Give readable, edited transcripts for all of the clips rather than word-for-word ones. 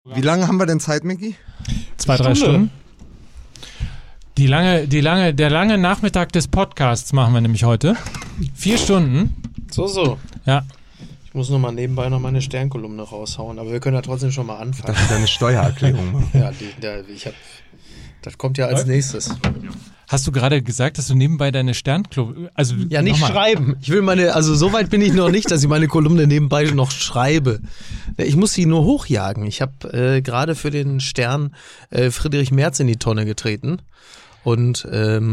Wie lange haben wir denn Zeit, Micky? 2-3 Stunden. Der lange Nachmittag des Podcasts machen wir nämlich heute. 4 Stunden. So. Ja. Ich muss nur mal nebenbei noch meine Sternkolumne raushauen, aber wir können ja trotzdem schon mal anfangen. Das ist deine Steuererklärung machen. Ja, das kommt ja als nächstes. Hast du gerade gesagt, dass du nebenbei deine Sternklo... Also ja, nicht schreiben. Ich will so weit bin ich noch nicht, dass ich meine Kolumne nebenbei noch schreibe. Ich muss sie nur hochjagen. Ich habe gerade für den Stern Friedrich Merz in die Tonne getreten. Und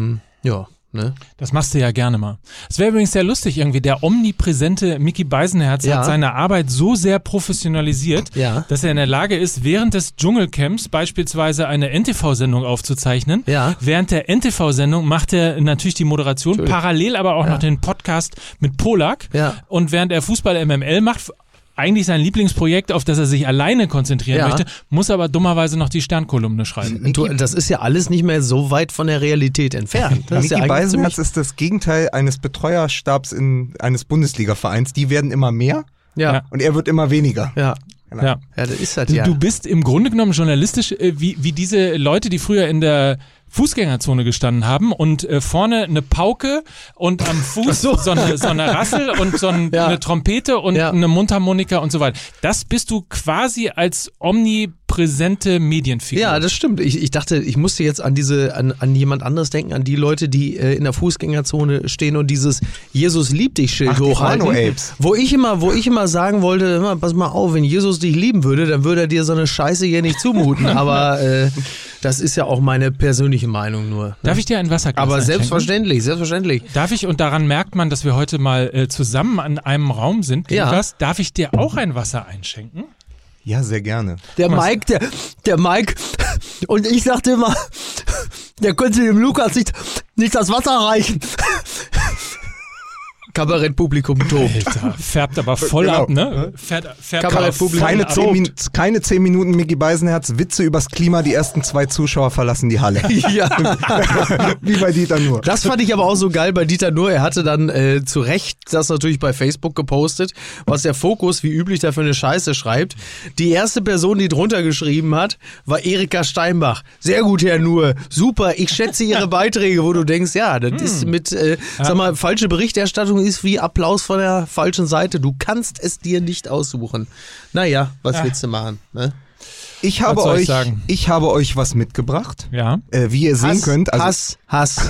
Das machst du ja gerne mal. Es wäre übrigens sehr lustig irgendwie, der omnipräsente Micky Beisenherz hat seine Arbeit so sehr professionalisiert, dass er in der Lage ist, während des Dschungelcamps beispielsweise eine NTV-Sendung aufzuzeichnen. Ja. Während der NTV-Sendung macht er natürlich die Moderation, parallel aber auch noch den Podcast mit Polak. Ja. Und während er Fußball MML macht, eigentlich sein Lieblingsprojekt, auf das er sich alleine konzentrieren möchte, muss aber dummerweise noch die Sternkolumne schreiben. Das ist ja alles nicht mehr so weit von der Realität entfernt. Micky Beisenherz ist das Gegenteil eines Betreuerstabs eines Bundesliga-Vereins. Die werden immer mehr und er wird immer weniger. Ja. Ja, das ist halt Du bist im Grunde genommen journalistisch wie diese Leute, die früher in der Fußgängerzone gestanden haben und vorne eine Pauke und am Fuß so eine Rassel und eine Trompete und eine Mundharmonika und so weiter. Das bist du quasi als omnipräsente Medienfigur. Ja, das stimmt. Ich dachte, ich musste jetzt an jemand anderes denken, an die Leute, die in der Fußgängerzone stehen und dieses Jesus liebt dich Schild hochhalten. Wo ich immer sagen wollte, pass mal auf, wenn Jesus dich lieben würde, dann würde er dir so eine Scheiße hier nicht zumuten. Aber das ist ja auch meine persönliche Meinung nur. Ne? Darf ich dir ein Wasserglas Aber einschenken? selbstverständlich. Darf ich, und daran merkt man, dass wir heute mal zusammen an einem Raum sind, Lukas, darf ich dir auch ein Wasser einschenken? Ja, sehr gerne. Der Mike, und ich sagte immer, der könnte dem Lukas nicht das Wasser reichen. Kabarettpublikum tobt. Alter, färbt aber voll ab, ne? Kabarettpublikum keine 10 Minuten Micky Beisenherz, Witze übers Klima, die ersten 2 Zuschauer verlassen die Halle. Ja. Wie bei Dieter Nuhr. Das fand ich aber auch so geil bei Dieter Nuhr. Er hatte dann zu Recht das natürlich bei Facebook gepostet, was der Fokus wie üblich da für eine Scheiße schreibt. Die erste Person, die drunter geschrieben hat, war Erika Steinbach. Sehr gut, Herr Nuhr. Super, ich schätze Ihre Beiträge, wo du denkst, ja, das ist mit, falsche Berichterstattung ist wie Applaus von der falschen Seite. Du kannst es dir nicht aussuchen. Naja, was willst du machen? Ne? Ich habe euch was mitgebracht. Ja. Wie ihr sehen könnt. Also Hass.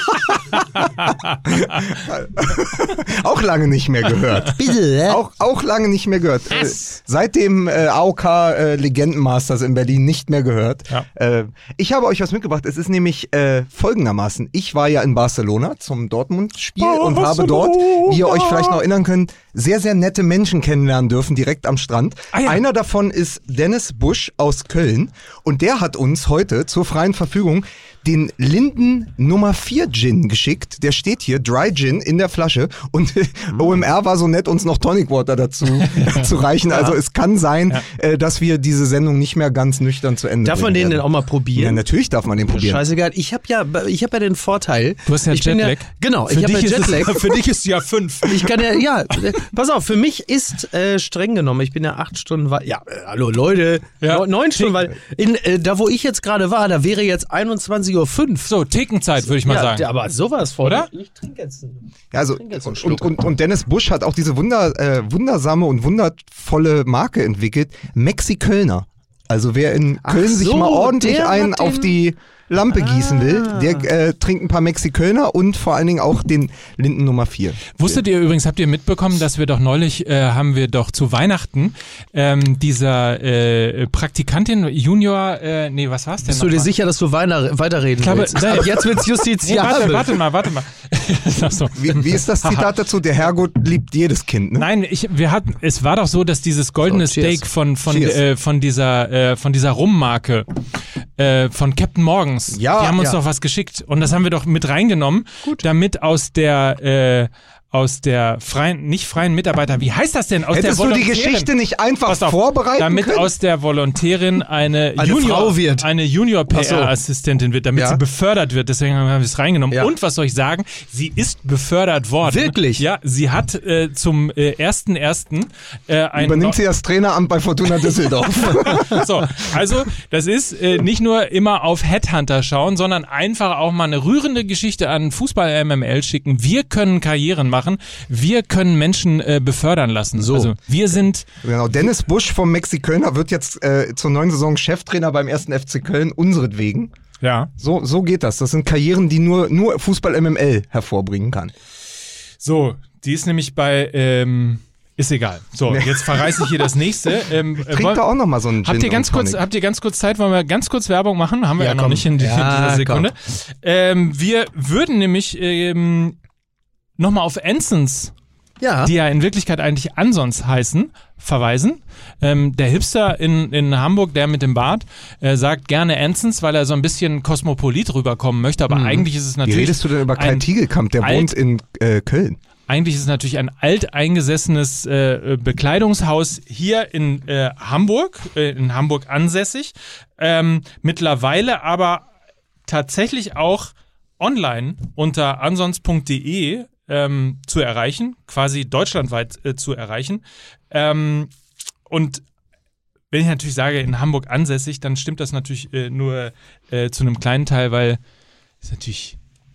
Auch lange nicht mehr gehört. Bitte, auch lange nicht mehr gehört. Seit dem AOK Legendenmasters in Berlin nicht mehr gehört. Ja. Ich habe euch was mitgebracht. Es ist nämlich folgendermaßen. Ich war ja in Barcelona zum Dortmund-Spiel und habe dort, wie ihr euch vielleicht noch erinnern könnt, sehr, sehr nette Menschen kennenlernen dürfen, direkt am Strand. Einer davon ist Dennis Busch aus Köln und der hat uns heute zur freien Verfügung den Linden Nummer 4 Gin geschickt. Der steht hier, Dry Gin in der Flasche und OMR war so nett, uns noch Tonic Water dazu zu reichen. Also es kann sein, dass wir diese Sendung nicht mehr ganz nüchtern zu Ende Darf man den denn auch mal probieren? Ja, natürlich darf man den probieren. Scheißegal. Ich hab ja den Vorteil. Du hast ja Jetlag. Genau, ich habe ja Jetlag. Für dich ist es ja 5. Ich kann pass auf, für mich ist streng genommen, ich bin ja 8 Stunden hallo Leute, 9 Stunden, weil da wo ich jetzt gerade war, da wäre jetzt 21:05 Uhr. So, Thekenzeit, würde ich mal sagen. Aber sowas von. Oder? Ich trinke jetzt einen Schluck. Und Dennis Busch hat auch diese wundersame und wundervolle Marke entwickelt, Mexi Kölner. Also wer in Köln sich mal ordentlich einen auf die Lampe gießen will, der trinkt ein paar Mexi Kölner und vor allen Dingen auch den Linden Nummer 4. Wusstet ihr übrigens, habt ihr mitbekommen, dass wir doch neulich, haben wir doch zu Weihnachten dieser Praktikantin, Junior, was war's denn? Bist du dir sicher, dass du weiterreden willst? Jetzt wird's justiziabel. Warte mal. So. Wie ist das Zitat dazu? Der Herrgott liebt jedes Kind, ne? Nein, es war doch so, dass dieses goldene Steak von dieser Rummarke, von Captain Morgan, die haben uns doch was geschickt und das haben wir doch mit reingenommen, damit aus der nicht freien Mitarbeiter, wie heißt das denn? Hättest du die Geschichte nicht einfach vorbereiten damit können? Aus der Volontärin eine Junior-PR-Assistentin wird, damit sie befördert wird. Deswegen haben wir es reingenommen. Ja. Und was soll ich sagen? Sie ist befördert worden. Wirklich? Ja, sie hat zum 1.1. Übernimmt sie das Traineramt bei Fortuna Düsseldorf. So, also das ist nicht nur immer auf Headhunter schauen, sondern einfach auch mal eine rührende Geschichte an Fußball MML schicken. Wir können Karrieren machen. Wir können Menschen befördern lassen. So. Also wir sind... Genau, Dennis Busch vom Mexikölner wird jetzt zur neuen Saison Cheftrainer beim 1. FC Köln, unseretwegen. Ja. So geht das. Das sind Karrieren, die nur Fußball MML hervorbringen kann. So, die ist nämlich bei... Ist egal. So, jetzt verreiße ich hier das nächste. Trink da auch noch mal so einen Gin. Habt ihr ganz kurz Zeit? Wollen wir ganz kurz Werbung machen? Haben wir ja noch nicht in dieser Sekunde. Wir würden nämlich nochmal auf Ansons, die ja in Wirklichkeit eigentlich Ansons heißen, verweisen. Der Hipster in Hamburg, der mit dem Bart, sagt gerne Ansons, weil er so ein bisschen kosmopolit rüberkommen möchte, aber eigentlich ist es natürlich... Wie redest du denn über Kai Tiegelkamp? Der wohnt in Köln. Eigentlich ist es natürlich ein alteingesessenes Bekleidungshaus hier in Hamburg ansässig. Mittlerweile aber tatsächlich auch online unter ansons.de zu erreichen, quasi deutschlandweit zu erreichen. Und wenn ich natürlich sage, in Hamburg ansässig, dann stimmt das natürlich nur zu einem kleinen Teil, weil es natürlich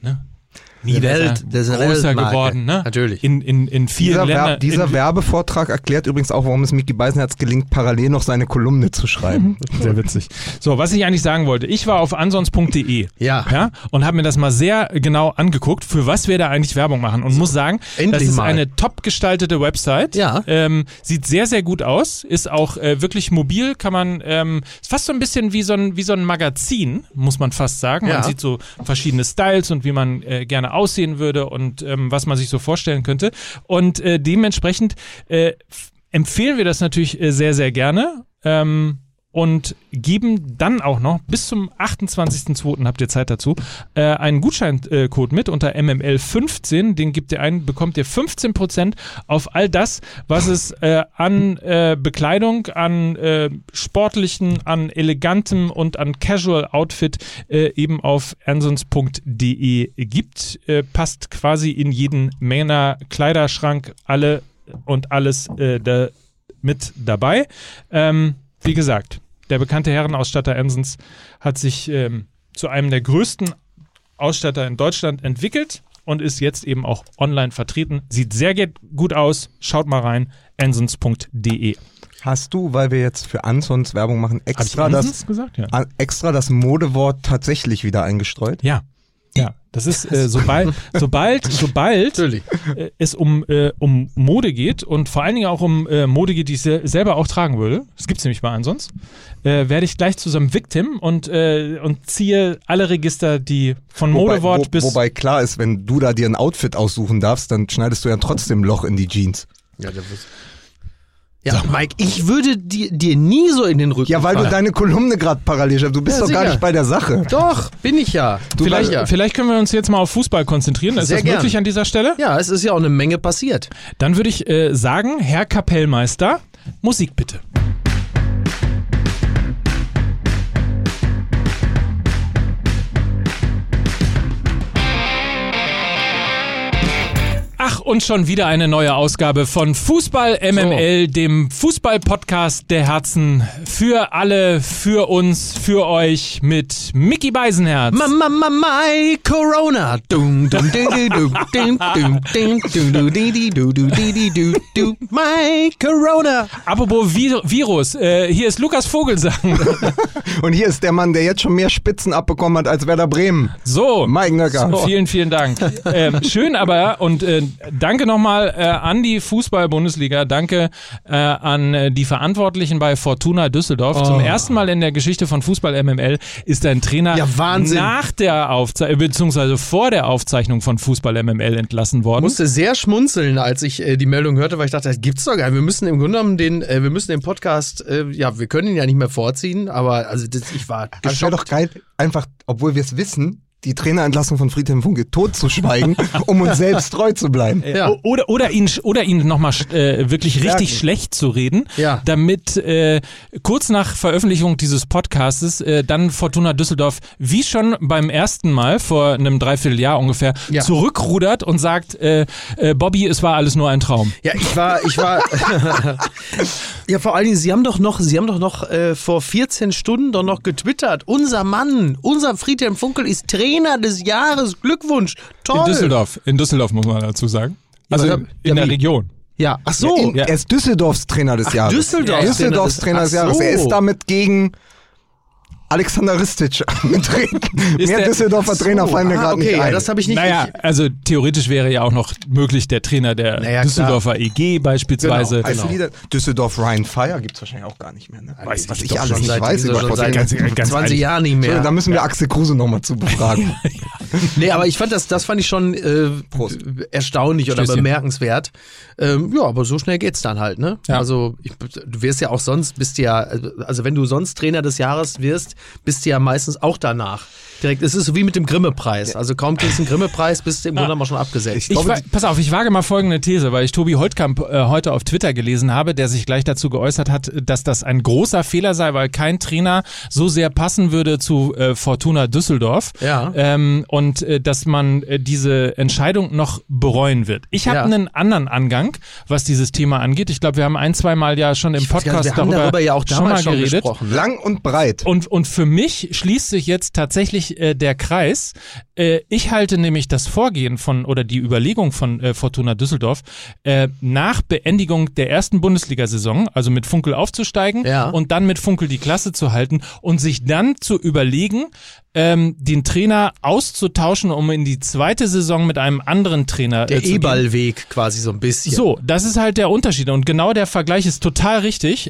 größer geworden, ne? Natürlich. In vielen Ländern. Dieser Werbevortrag erklärt übrigens auch, warum es Micky Beisenherz gelingt, parallel noch seine Kolumne zu schreiben. Sehr witzig. So, was ich eigentlich sagen wollte. Ich war auf ansons.de und habe mir das mal sehr genau angeguckt, für was wir da eigentlich Werbung machen. Und muss sagen, das ist eine top gestaltete Website. Ja. Sieht sehr, sehr gut aus. Ist auch wirklich mobil. Kann man, ist fast so ein bisschen wie so ein Magazin, muss man fast sagen. Man sieht so verschiedene Styles und wie man gerne aussehen würde und was man sich so vorstellen könnte. Und dementsprechend empfehlen wir das natürlich sehr, sehr gerne und geben dann auch noch bis zum 28.02. habt ihr Zeit dazu, einen Gutscheincode mit unter MML15, den gebt ihr ein, bekommt ihr 15% auf all das, was es an Bekleidung, an sportlichen, an elegantem und an Casual Outfit eben auf ansons.de gibt. Passt quasi in jeden Männer-Kleiderschrank alle und alles mit dabei. Wie gesagt, der bekannte Herrenausstatter Ansons hat sich zu einem der größten Ausstatter in Deutschland entwickelt und ist jetzt eben auch online vertreten. Sieht sehr gut aus. Schaut mal rein, ansons.de. Hast du, weil wir jetzt für Ansons Werbung machen, extra das Modewort tatsächlich wieder eingestreut? Ja. Ja, das ist sobald es um Mode geht und vor allen Dingen auch um Mode geht, die ich selber auch tragen würde, das gibt's nämlich bei Ansons, werde ich gleich zu so einem Victim und ziehe alle Register, die von Modewort bis... Wobei klar ist, wenn du da dir ein Outfit aussuchen darfst, dann schneidest du ja trotzdem ein Loch in die Jeans. Ja, Ja, Mike, ich würde dir nie so in den Rücken Ja, weil du deine Kolumne gerade parallel schreibst. Du bist doch gar nicht bei der Sache. Doch, bin ich ja. Vielleicht können wir uns jetzt mal auf Fußball konzentrieren. Ist das möglich an dieser Stelle? Ja, es ist ja auch eine Menge passiert. Dann würde ich sagen, Herr Kapellmeister, Musik bitte. Ach, und schon wieder eine neue Ausgabe von Fußball MML, dem Fußball-Podcast der Herzen. Für alle, für uns, für euch mit Micky Beisenherz. My Corona. My Corona. Apropos Virus, hier ist Lukas Vogelsang. Und hier ist der Mann, der jetzt schon mehr Spitzen abbekommen hat als Werder Bremen. So. Mike Nöcker. So. Vielen Dank. Schön aber und danke nochmal an die Fußball-Bundesliga, danke an die Verantwortlichen bei Fortuna Düsseldorf. Zum ersten Mal in der Geschichte von Fußball MML ist ein Trainer nach der beziehungsweise vor der Aufzeichnung von Fußball MML entlassen worden. Ich musste sehr schmunzeln, als ich die Meldung hörte, weil ich dachte, das gibt's doch gar nicht. Wir müssen im Grunde genommen den Podcast, wir können ihn ja nicht mehr vorziehen, aber ich war geschockt. Das wäre doch geil, einfach, obwohl wir es wissen, die Trainerentlassung von Friedhelm Funkel totzuschweigen, um uns selbst treu zu bleiben. Ja. Oder ihn nochmal wirklich richtig schlecht zu reden, damit kurz nach Veröffentlichung dieses Podcastes dann Fortuna Düsseldorf, wie schon beim ersten Mal vor einem Dreivierteljahr ungefähr, zurückrudert und sagt, Bobby, es war alles nur ein Traum. Ja, ich war ja, vor allen Dingen, Sie haben doch noch vor 14 Stunden doch noch getwittert, unser Mann, unser Friedhelm Funkel ist Trainer des Jahres, Glückwunsch, toll. In Düsseldorf muss man dazu sagen. Also in der Region. Ja, ach so. Er ist Düsseldorfs Trainer des Jahres. Düsseldorfs Trainer des Jahres. Er ist damit gegen Alexander Ristic angetreten. Mehr Düsseldorfer Trainer fallen mir gerade nicht ein. Das habe ich nicht. Naja, also theoretisch wäre ja auch noch möglich der Trainer der Düsseldorfer EG beispielsweise. Genau. Düsseldorf Ryan Fire gibt es wahrscheinlich auch gar nicht mehr. Ne? Was ich alles nicht weiß über seit 20 Jahren nicht mehr. So, da müssen wir Axel Kruse nochmal zu befragen. Nee, aber ich fand das fand ich schon erstaunlich oder bemerkenswert. Ja, aber so schnell geht's dann halt, ne? Ja. Also du wirst ja auch sonst, also wenn du sonst Trainer des Jahres wirst, bist du ja meistens auch danach. Direkt, es ist so wie mit dem Grimme-Preis. Also kaum kriegst du einen Grimme-Preis, bist du im Grunde mal schon abgesetzt. Pass auf, ich wage mal folgende These, weil ich Tobi Holtkamp heute auf Twitter gelesen habe, der sich gleich dazu geäußert hat, dass das ein großer Fehler sei, weil kein Trainer so sehr passen würde zu Fortuna Düsseldorf. Ja. Und dass man diese Entscheidung noch bereuen wird. Ich habe einen anderen Angang, was dieses Thema angeht. Ich glaube, wir haben 1-2 Mal ja schon im Podcast darüber ja auch schon mal geredet. Gesprochen. Lang und breit. Und für mich schließt sich jetzt tatsächlich der Kreis. Ich halte nämlich das Vorgehen oder die Überlegung von Fortuna Düsseldorf nach Beendigung der ersten Bundesliga-Saison, also mit Funkel aufzusteigen und dann mit Funkel die Klasse zu halten und sich dann zu überlegen, den Trainer auszutauschen, um in die zweite Saison mit einem anderen Trainer zu gehen. Der E-Ball-Weg quasi so ein bisschen. So, das ist halt der Unterschied. Und genau der Vergleich ist total richtig.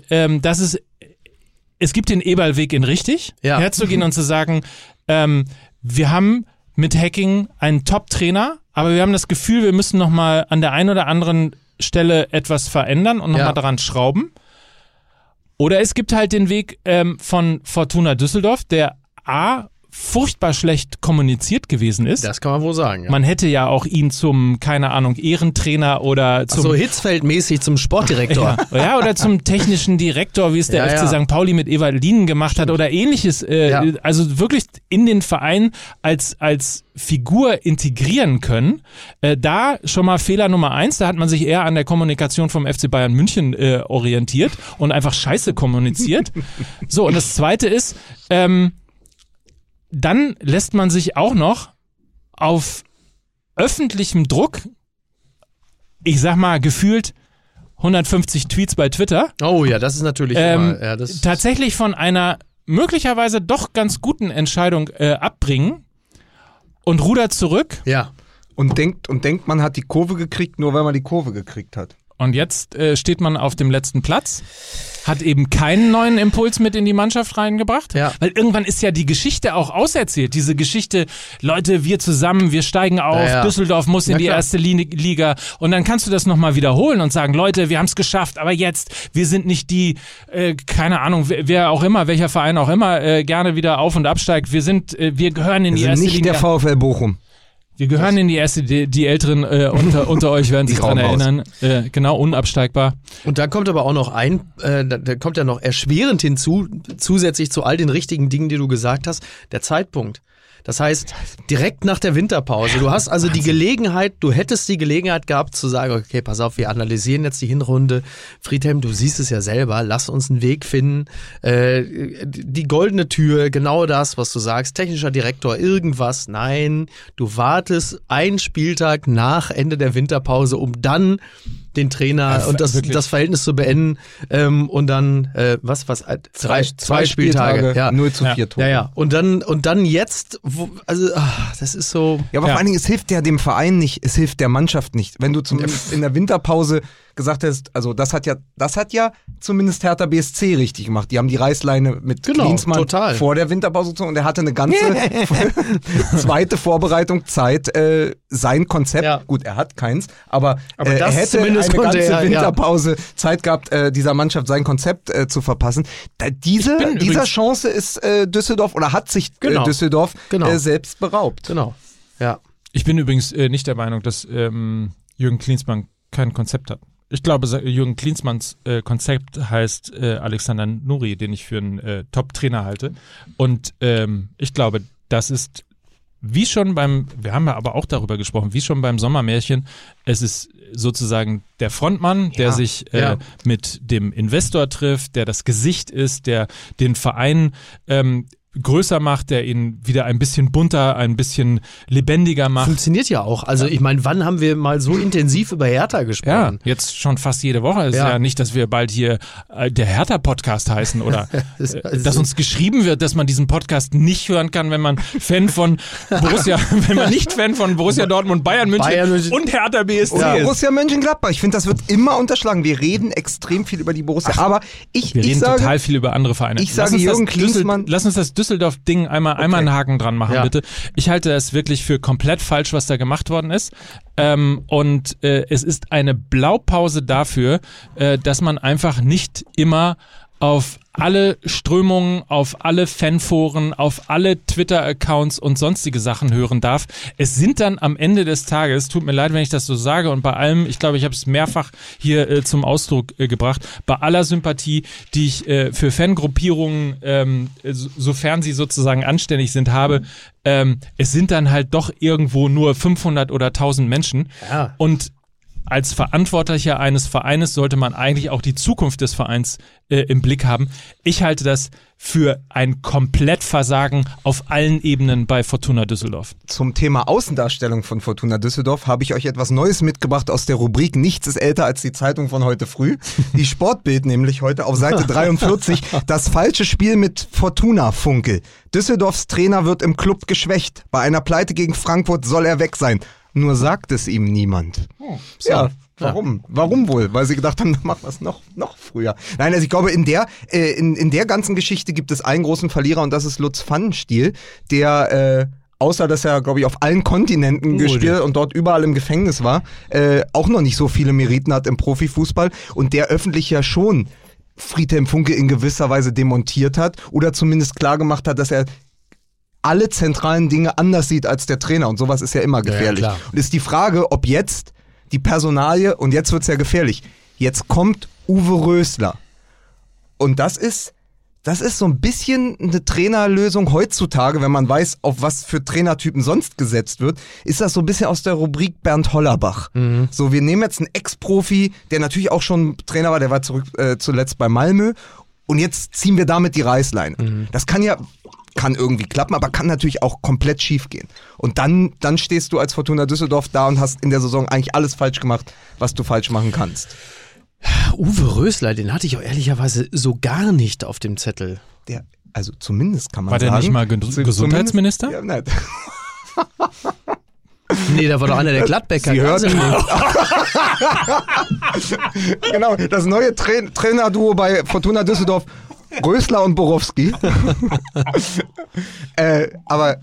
Es gibt den E-Ball-Weg in richtig, herzugehen und zu sagen, wir haben mit Hacking einen Top-Trainer, aber wir haben das Gefühl, wir müssen nochmal an der einen oder anderen Stelle etwas verändern und nochmal daran schrauben. Oder es gibt halt den Weg von Fortuna Düsseldorf, der furchtbar schlecht kommuniziert gewesen ist. Das kann man wohl sagen. Ja. Man hätte ja auch ihn zum, keine Ahnung, Ehrentrainer oder zum... so Hitzfeld-mäßig zum Sportdirektor. Ja, oder zum technischen Direktor, wie es der FC St. Pauli mit Ewald Lienen gemacht hat oder ähnliches. Also wirklich in den Verein als Figur integrieren können. Da schon mal Fehler Nummer 1, da hat man sich eher an der Kommunikation vom FC Bayern München orientiert und einfach scheiße kommuniziert. So, und das Zweite ist, dann lässt man sich auch noch auf öffentlichem Druck, ich sag mal gefühlt 150 Tweets bei Twitter. Oh ja, das ist natürlich tatsächlich von einer möglicherweise doch ganz guten Entscheidung abbringen und rudert zurück. Ja. Und denkt, man hat die Kurve gekriegt, nur weil man die Kurve gekriegt hat. Und jetzt steht man auf dem letzten Platz, hat eben keinen neuen Impuls mit in die Mannschaft reingebracht, weil irgendwann ist ja die Geschichte auch auserzählt. Diese Geschichte, Leute, wir zusammen, wir steigen auf, Düsseldorf muss in die erste Liga und dann kannst du das nochmal wiederholen und sagen, Leute, wir haben es geschafft, aber jetzt, wir sind nicht die, keine Ahnung, wer auch immer, welcher Verein auch immer gerne wieder auf- und absteigt, wir gehören in die erste Liga. Nicht der VfL Bochum. Wir gehören in die erste, die Älteren unter euch werden sich daran erinnern. Genau, unabsteigbar. Und dann kommt aber auch noch da kommt ja noch erschwerend hinzu, zusätzlich zu all den richtigen Dingen, die du gesagt hast, der Zeitpunkt. Das heißt, direkt nach der Winterpause. Du hast also du hättest die Gelegenheit gehabt zu sagen, okay, pass auf, wir analysieren jetzt die Hinrunde. Friedhelm, du siehst es ja selber, lass uns einen Weg finden. Die goldene Tür, genau das, was du sagst, technischer Direktor, irgendwas. Nein, du wartest einen Spieltag nach Ende der Winterpause, um dann den Trainer und das Verhältnis zu beenden und dann zwei Spieltage 0-4 Tore. Ja. Und dann jetzt, das ist so. Ja, aber vor allen Dingen, es hilft ja dem Verein nicht, es hilft der Mannschaft nicht. Wenn du in der Winterpause gesagt hast, also das hat ja zumindest Hertha BSC richtig gemacht. Die haben die Reißleine mit Klinsmann vor der Winterpause gezogen und er hatte eine ganze zweite Vorbereitung Zeit, sein Konzept, gut, er hat keins, aber er hätte eine ganze Winterpause Zeit gehabt, dieser Mannschaft sein Konzept zu verpassen. Dieser Chance ist Düsseldorf oder hat sich Düsseldorf selbst beraubt. Genau, ja. Ich bin übrigens nicht der Meinung, dass Jürgen Klinsmann kein Konzept hat. Ich glaube, Jürgen Klinsmanns Konzept heißt Alexander Nuri, den ich für einen Top-Trainer halte. Und ich glaube, das ist wie schon wir haben ja aber auch darüber gesprochen, wie schon beim Sommermärchen, es ist sozusagen der Frontmann, der sich mit dem Investor trifft, der das Gesicht ist, der den Verein größer macht, der ihn wieder ein bisschen bunter, ein bisschen lebendiger macht. Funktioniert ja auch. Also ich meine, wann haben wir mal so intensiv über Hertha gesprochen? Ja, jetzt schon fast jede Woche. Es ist ja nicht, dass wir bald hier der Hertha-Podcast heißen oder dass uns geschrieben wird, dass man diesen Podcast nicht hören kann, wenn man Fan von Borussia, wenn man nicht Fan von Borussia Dortmund, Bayern München und Hertha BSC ist. Borussia Mönchengladbach. Ich finde, das wird immer unterschlagen. Wir reden extrem viel über die Borussia, aber wir reden total viel über andere Vereine. Ich sage Jürgen Klinsmann. Lass uns das Düsseldorf-Ding einmal einen Haken dran machen, bitte. Ich halte das wirklich für komplett falsch, was da gemacht worden ist. Und es ist eine Blaupause dafür, dass man einfach nicht immer auf alle Strömungen, auf alle Fanforen, auf alle Twitter-Accounts und sonstige Sachen hören darf. Es sind dann am Ende des Tages, tut mir leid, wenn ich das so sage und bei allem, ich glaube, ich habe es mehrfach hier zum Ausdruck gebracht, bei aller Sympathie, die ich für Fangruppierungen, sofern sie sozusagen anständig sind, habe, es sind dann halt doch irgendwo nur 500 oder 1000 Menschen und als Verantwortlicher eines Vereines sollte man eigentlich auch die Zukunft des Vereins im Blick haben. Ich halte das für ein Komplettversagen auf allen Ebenen bei Fortuna Düsseldorf. Zum Thema Außendarstellung von Fortuna Düsseldorf habe ich euch etwas Neues mitgebracht aus der Rubrik Nichts ist älter als die Zeitung von heute früh. Die Sportbild nämlich heute auf Seite 43. Das falsche Spiel mit Fortuna-Funkel. Düsseldorfs Trainer wird im Club geschwächt. Bei einer Pleite gegen Frankfurt soll er weg sein. Nur sagt es ihm niemand. So. Ja, warum? Ja. Warum wohl? Weil sie gedacht haben, dann machen wir es noch früher. Nein, also ich glaube, in der ganzen Geschichte gibt es einen großen Verlierer und das ist Lutz Pfannenstiel, der außer dass er, glaube ich, auf allen Kontinenten gespielt und dort überall im Gefängnis war, auch noch nicht so viele Meriten hat im Profifußball und der öffentlich ja schon Friedhelm Funkel in gewisser Weise demontiert hat oder zumindest klar gemacht hat, dass er alle zentralen Dinge anders sieht als der Trainer und sowas ist ja immer gefährlich. Ja, und ist die Frage, ob jetzt die Personalie, und jetzt wird's ja gefährlich, jetzt kommt Uwe Rösler. Und das ist so ein bisschen eine Trainerlösung heutzutage, wenn man weiß, auf was für Trainertypen sonst gesetzt wird, ist das so ein bisschen aus der Rubrik Bernd Hollerbach. Mhm. So, wir nehmen jetzt einen Ex-Profi, der natürlich auch schon Trainer war, der war zuletzt bei Malmö und jetzt ziehen wir damit die Reißleine. Mhm. Das kann irgendwie klappen, aber kann natürlich auch komplett schief gehen. Und dann stehst du als Fortuna Düsseldorf da und hast in der Saison eigentlich alles falsch gemacht, was du falsch machen kannst. Uwe Rösler, den hatte ich auch ehrlicherweise so gar nicht auf dem Zettel. Also zumindest kann man sagen. War der nicht mal Gesundheitsminister? Ja, nein. Nee, da war doch einer der Gladbecker. Sie hörten Genau, das neue Trainerduo bei Fortuna Düsseldorf, Rösler und Borowski. Aber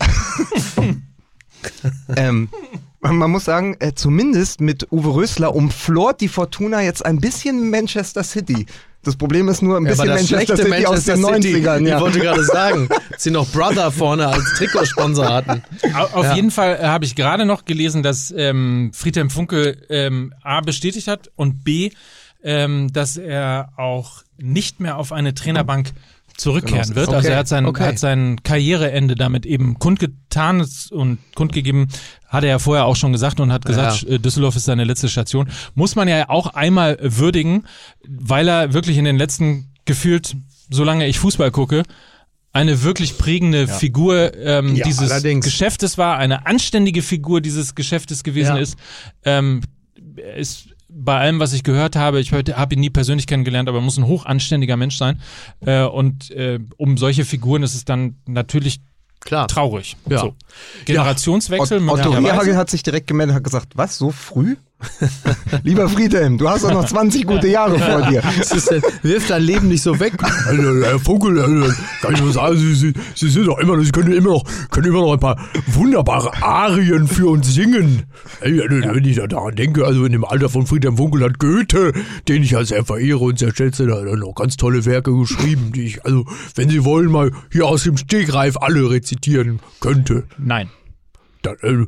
man muss sagen, zumindest mit Uwe Rösler umflort die Fortuna jetzt ein bisschen Manchester City. Das Problem ist nur ein bisschen Manchester City aus den 90ern. Ja. Ich wollte gerade sagen, dass sie noch Brother vorne als Trikotsponsor hatten. Auf jeden Fall habe ich gerade noch gelesen, dass Friedhelm Funkel A bestätigt hat und B, dass er auch nicht mehr auf eine Trainerbank zurückkehren wird. Okay. Also er hat sein Karriereende damit eben kundgetan und kundgegeben, hat er ja vorher auch schon gesagt und hat gesagt, Düsseldorf ist seine letzte Station. Muss man ja auch einmal würdigen, weil er wirklich in den letzten, gefühlt, solange ich Fußball gucke, eine wirklich prägende Figur dieses Geschäftes war, eine anständige Figur dieses Geschäftes gewesen ist. Ist bei allem, was ich gehört habe, ich habe ihn nie persönlich kennengelernt, aber er muss ein hochanständiger Mensch sein. Und um solche Figuren ist es dann natürlich traurig. Ja. So. Generationswechsel. Otto Rehhagel hat sich direkt gemeldet und hat gesagt, was, so früh? Lieber Friedhelm, du hast doch noch 20 gute Jahre vor dir. Wirf dein Leben nicht so weg. Also, Herr Funkel, kann ich nur sagen, Sie sind doch immer noch, Sie können immer noch ein paar wunderbare Arien für uns singen. Wenn ich daran denke, also in dem Alter von Friedhelm Funkel hat Goethe, den ich ja sehr verehre und sehr schätze, da hat er noch ganz tolle Werke geschrieben, die ich, also wenn Sie wollen, mal hier aus dem Stegreif alle rezitieren könnte. Nein. Dann,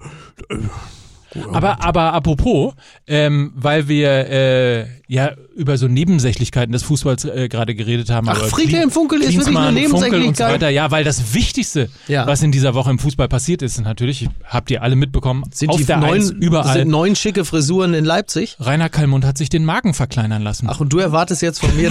Aber apropos, weil wir ja über so Nebensächlichkeiten des Fußballs gerade geredet haben. Ach, Friedhelm Funkel ist wirklich eine Nebensächlichkeit. Und so weiter. Ja, weil das Wichtigste, was in dieser Woche im Fußball passiert ist, natürlich, habt ihr alle mitbekommen, sind überall. 9 schicke Frisuren in Leipzig. Rainer Kallmund hat sich den Magen verkleinern lassen. Ach, und du erwartest jetzt von mir...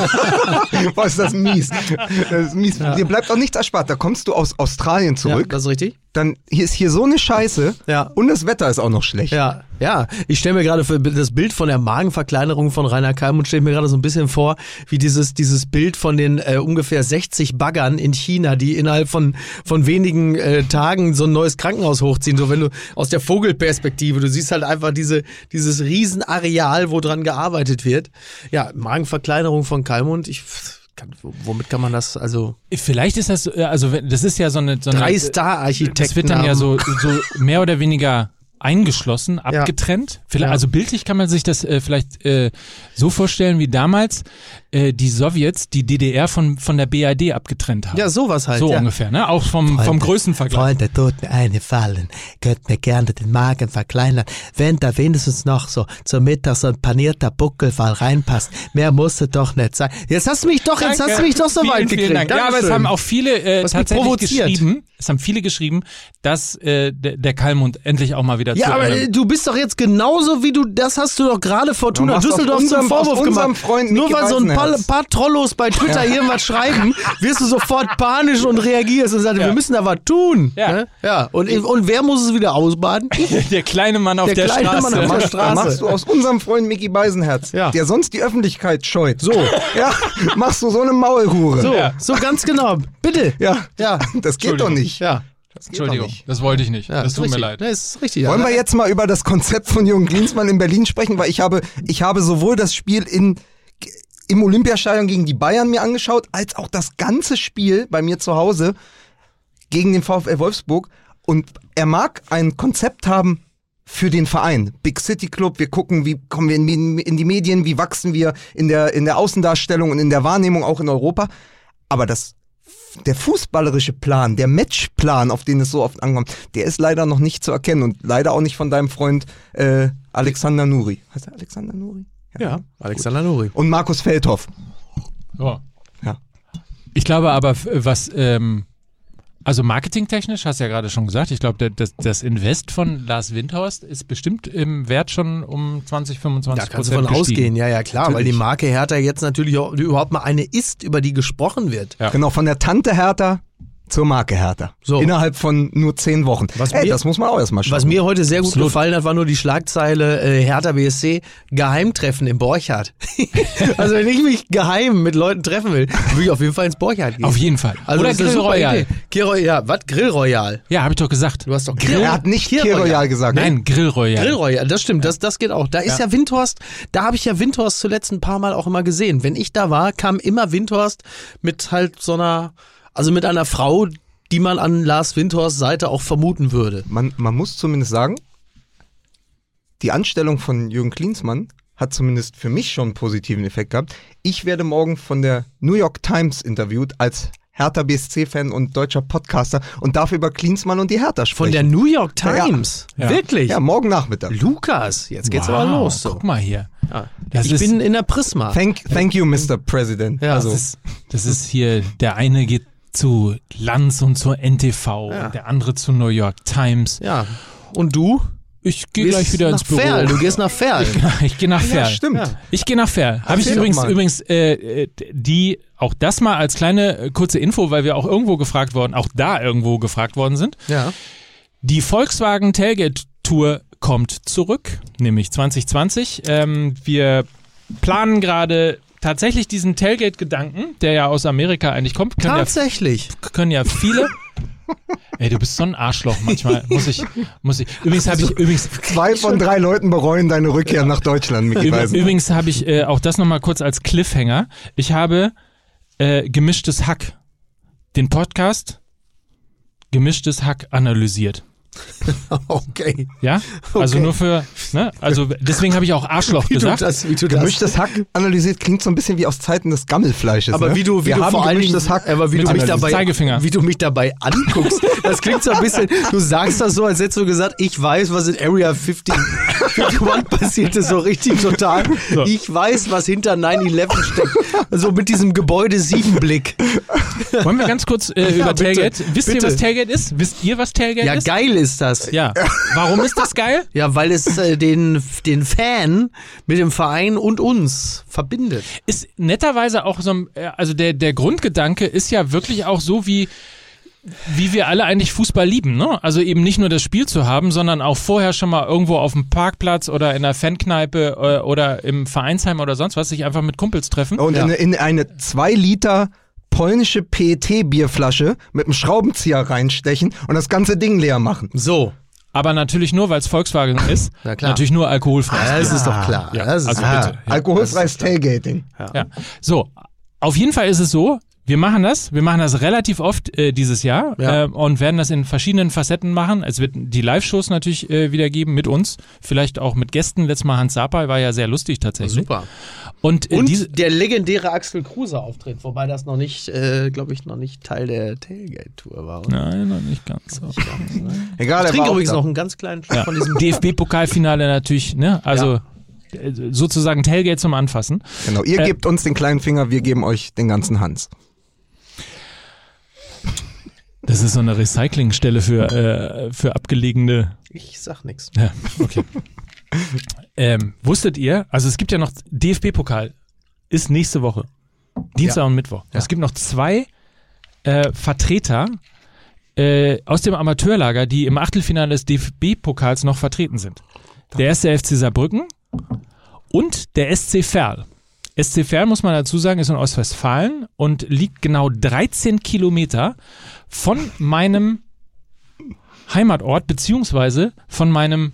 Boah, ist das mies. Das ist mies. Ja. Dir bleibt auch nichts erspart. Da kommst du aus Australien zurück. Ja, das ist richtig. Dann ist hier so eine Scheiße und das Wetter ist auch noch schlecht. Ja. Ich stelle mir gerade für das Bild von der Magenverkleinerung von Rainer Kallmund, stelle mir gerade so ein bisschen vor, wie dieses Bild von den ungefähr 60 Baggern in China, die innerhalb von wenigen Tagen so ein neues Krankenhaus hochziehen. So wenn du aus der Vogelperspektive, du siehst halt einfach dieses Riesenareal, wo dran gearbeitet wird. Ja, Magenverkleinerung von Kallmund, womit kann man das, also... Vielleicht ist das, das ist ja so eine 3-Star-Architekten. Das wird dann ja so mehr oder weniger eingeschlossen, abgetrennt. Vielleicht, also bildlich kann man sich das vielleicht so vorstellen, wie damals die Sowjets die DDR von der BRD abgetrennt haben. Ja, sowas halt. So ungefähr, ne? Auch vom Größenvergleich. Freunde, tut mir eine Fallen. Könnt mir gerne den Magen verkleinern, wenn da wenigstens noch so zum Mittag so ein panierter Buckelwal reinpasst. Mehr musste doch nicht sein. Jetzt hast du mich doch so weit gekriegt. Dank. Ja, aber es haben auch viele tatsächlich geschrieben. Es haben viele geschrieben, dass der Kallmund endlich auch mal wieder Ja, aber du bist doch jetzt genauso wie das hast du doch gerade Fortuna Düsseldorf zum Vorwurf gemacht. Nur weil so ein paar Trollos bei Twitter irgendwas schreiben, wirst du sofort panisch und reagierst und sagst, wir müssen da was tun. Ja. Ne? Ja. Und wer muss es wieder ausbaden? Der kleine Mann auf der Straße. Mann auf der Straße. Machst du aus unserem Freund Micky Beisenherz, der sonst die Öffentlichkeit scheut. So. Ja, machst du so eine Maulhure. So ganz genau. Bitte. Ja. Das geht doch nicht. Ja. Entschuldigung, das wollte ich nicht. Das tut mir leid. Das ist richtig. Wollen wir jetzt mal über das Konzept von Jürgen Klinsmann in Berlin sprechen? Weil ich habe sowohl das Spiel im Olympiastadion gegen die Bayern mir angeschaut, als auch das ganze Spiel bei mir zu Hause gegen den VfL Wolfsburg. Und er mag ein Konzept haben für den Verein. Big City Club, wir gucken, wie kommen wir in die Medien, wie wachsen wir in der Außendarstellung und in der Wahrnehmung auch in Europa. Aber der fußballerische Plan, der Matchplan, auf den es so oft ankommt, der ist leider noch nicht zu erkennen und leider auch nicht von deinem Freund Alexander Nuri. Heißt er Alexander Nuri? Ja, Alexander Nuri. Und Markus Feldhoff. Ja. Ich glaube aber, also marketingtechnisch, hast du ja gerade schon gesagt, ich glaube, das Invest von Lars Windhorst ist bestimmt im Wert schon um 20-25% Da kannst du von ausgehen, ja klar, natürlich. Weil die Marke Hertha jetzt natürlich auch überhaupt mal eine ist, über die gesprochen wird. Ja. Genau, von der Tante Hertha zur Marke Hertha. So. Innerhalb von nur 10 Wochen. Das muss man auch erstmal schauen. Was mir heute sehr gut gefallen hat, war nur die Schlagzeile Hertha BSC Geheimtreffen im Borchardt. Also wenn ich mich geheim mit Leuten treffen will, würde ich auf jeden Fall ins Borchardt gehen. Auf jeden Fall. Also oder Grill Royal. Ja, was? Grill Royal? Ja, habe ich doch gesagt. Du hast doch Er hat nicht Grill Royal gesagt. Nein, Grill Royal. Grill Royal, das stimmt, das geht auch. Da ist ja Windhorst, da habe ich ja Windhorst zuletzt ein paar Mal auch immer gesehen. Wenn ich da war, kam immer Windhorst mit halt mit einer Frau, die man an Lars Windhorsts Seite auch vermuten würde. Man muss zumindest sagen, die Anstellung von Jürgen Klinsmann hat zumindest für mich schon einen positiven Effekt gehabt. Ich werde morgen von der New York Times interviewt als Hertha BSC-Fan und deutscher Podcaster und darf über Klinsmann und die Hertha sprechen. Von der New York Times? Ja. Wirklich? Ja, morgen Nachmittag. Lukas, jetzt geht's aber los. So. Guck mal hier. Ja. Ich bin in der Prisma. Thank you, Mr. President. Ja, also. Das ist hier, der eine geht zu Lanz und zur NTV und der andere zu New York Times. Ja. Und du? Ich gehe gleich wieder ins Büro. Ferl. Du gehst nach Ferl. Ich gehe nach Ferl. Ja, stimmt. Ja. Ich gehe nach Ferl. Habe ich übrigens auch das mal als kleine kurze Info, weil wir auch irgendwo gefragt worden sind. Ja. Die Volkswagen Tailgate Tour kommt zurück, nämlich 2020. Wir planen tatsächlich diesen Tailgate-Gedanken, der ja aus Amerika eigentlich kommt. Tatsächlich. Können ja viele. Ey, du bist so ein Arschloch. Manchmal muss ich. Übrigens habe ich 2 von 3 Leuten bereuen deine Rückkehr nach Deutschland, Micky Beisenherz. Übrigens habe ich auch das nochmal kurz als Cliffhanger. Ich habe Gemischtes Hack, den Podcast Gemischtes Hack analysiert. Okay. Ja? Also Okay. nur für, ne? Also deswegen habe ich auch Arschloch gesagt. Gemischtes Hack analysiert klingt so ein bisschen wie aus Zeiten des Gammelfleisches. Aber ne? wie du Wir haben vor allen Dingen, gemischtes Hack aber wie du mich dabei, Zeigefinger. wie du mich dabei anguckst, das klingt so ein bisschen, du sagst das so, als hättest du gesagt, ich weiß, was in Area 51 passiert ist, so richtig total. So. Ich weiß, was hinter 9/11 steckt. So mit diesem Gebäude 7 Blick. Wollen wir ganz kurz über bitte, Tailgate? Wisst ihr, bitte. was Tailgate ist? Wisst ihr, was Tailgate Ja, ist? geil ist das. Ja. Warum ist das geil? Ja, weil es den Fan mit dem Verein und uns verbindet. Ist netterweise auch so, also der Grundgedanke ist ja wirklich auch so, wie wir alle eigentlich Fußball lieben, ne? Also eben nicht nur das Spiel zu haben, sondern auch vorher schon mal irgendwo auf dem Parkplatz oder in der Fankneipe oder im Vereinsheim oder sonst was, sich einfach mit Kumpels treffen. Und in eine 2 Liter polnische PET-Bierflasche mit einem Schraubenzieher reinstechen und das ganze Ding leer machen. So. Aber natürlich nur, weil es Volkswagen ist. Na klar. Natürlich nur alkoholfrei. Ja, das ist doch klar. Ja, Das ist also klar. bitte. Ja. Alkoholfreies Tailgating. Ja. So, auf jeden Fall ist es so, wir machen das relativ oft dieses Jahr und werden das in verschiedenen Facetten machen. Es wird die Live-Shows natürlich wieder geben mit uns, vielleicht auch mit Gästen. Letztes Mal Hans Sapai war ja sehr lustig tatsächlich. Super. Und der legendäre Axel Kruse-Auftritt, wobei das noch nicht, glaube ich, noch nicht Teil der Tailgate-Tour war. Oder? Nein, noch nicht ganz so. Egal, Ich er trinke war übrigens auch noch da. einen ganz kleinen Schluck Ja. von diesem DFB-Pokalfinale natürlich, ne? Also sozusagen Tailgate zum Anfassen. Genau, ihr gebt uns den kleinen Finger, wir geben euch den ganzen Hans. Das ist so eine Recyclingstelle für abgelegene. Ich sag nix. Ja, okay. Wusstet ihr, also es gibt ja noch DFB-Pokal, ist nächste Woche. Dienstag und Mittwoch. Es gibt noch 2 Vertreter aus dem Amateurlager, die im Achtelfinale des DFB-Pokals noch vertreten sind. Der erste FC Saarbrücken und der SC Verl. SC Verl, muss man dazu sagen, ist in Ostwestfalen und liegt genau 13 Kilometer von meinem Heimatort, beziehungsweise von meinem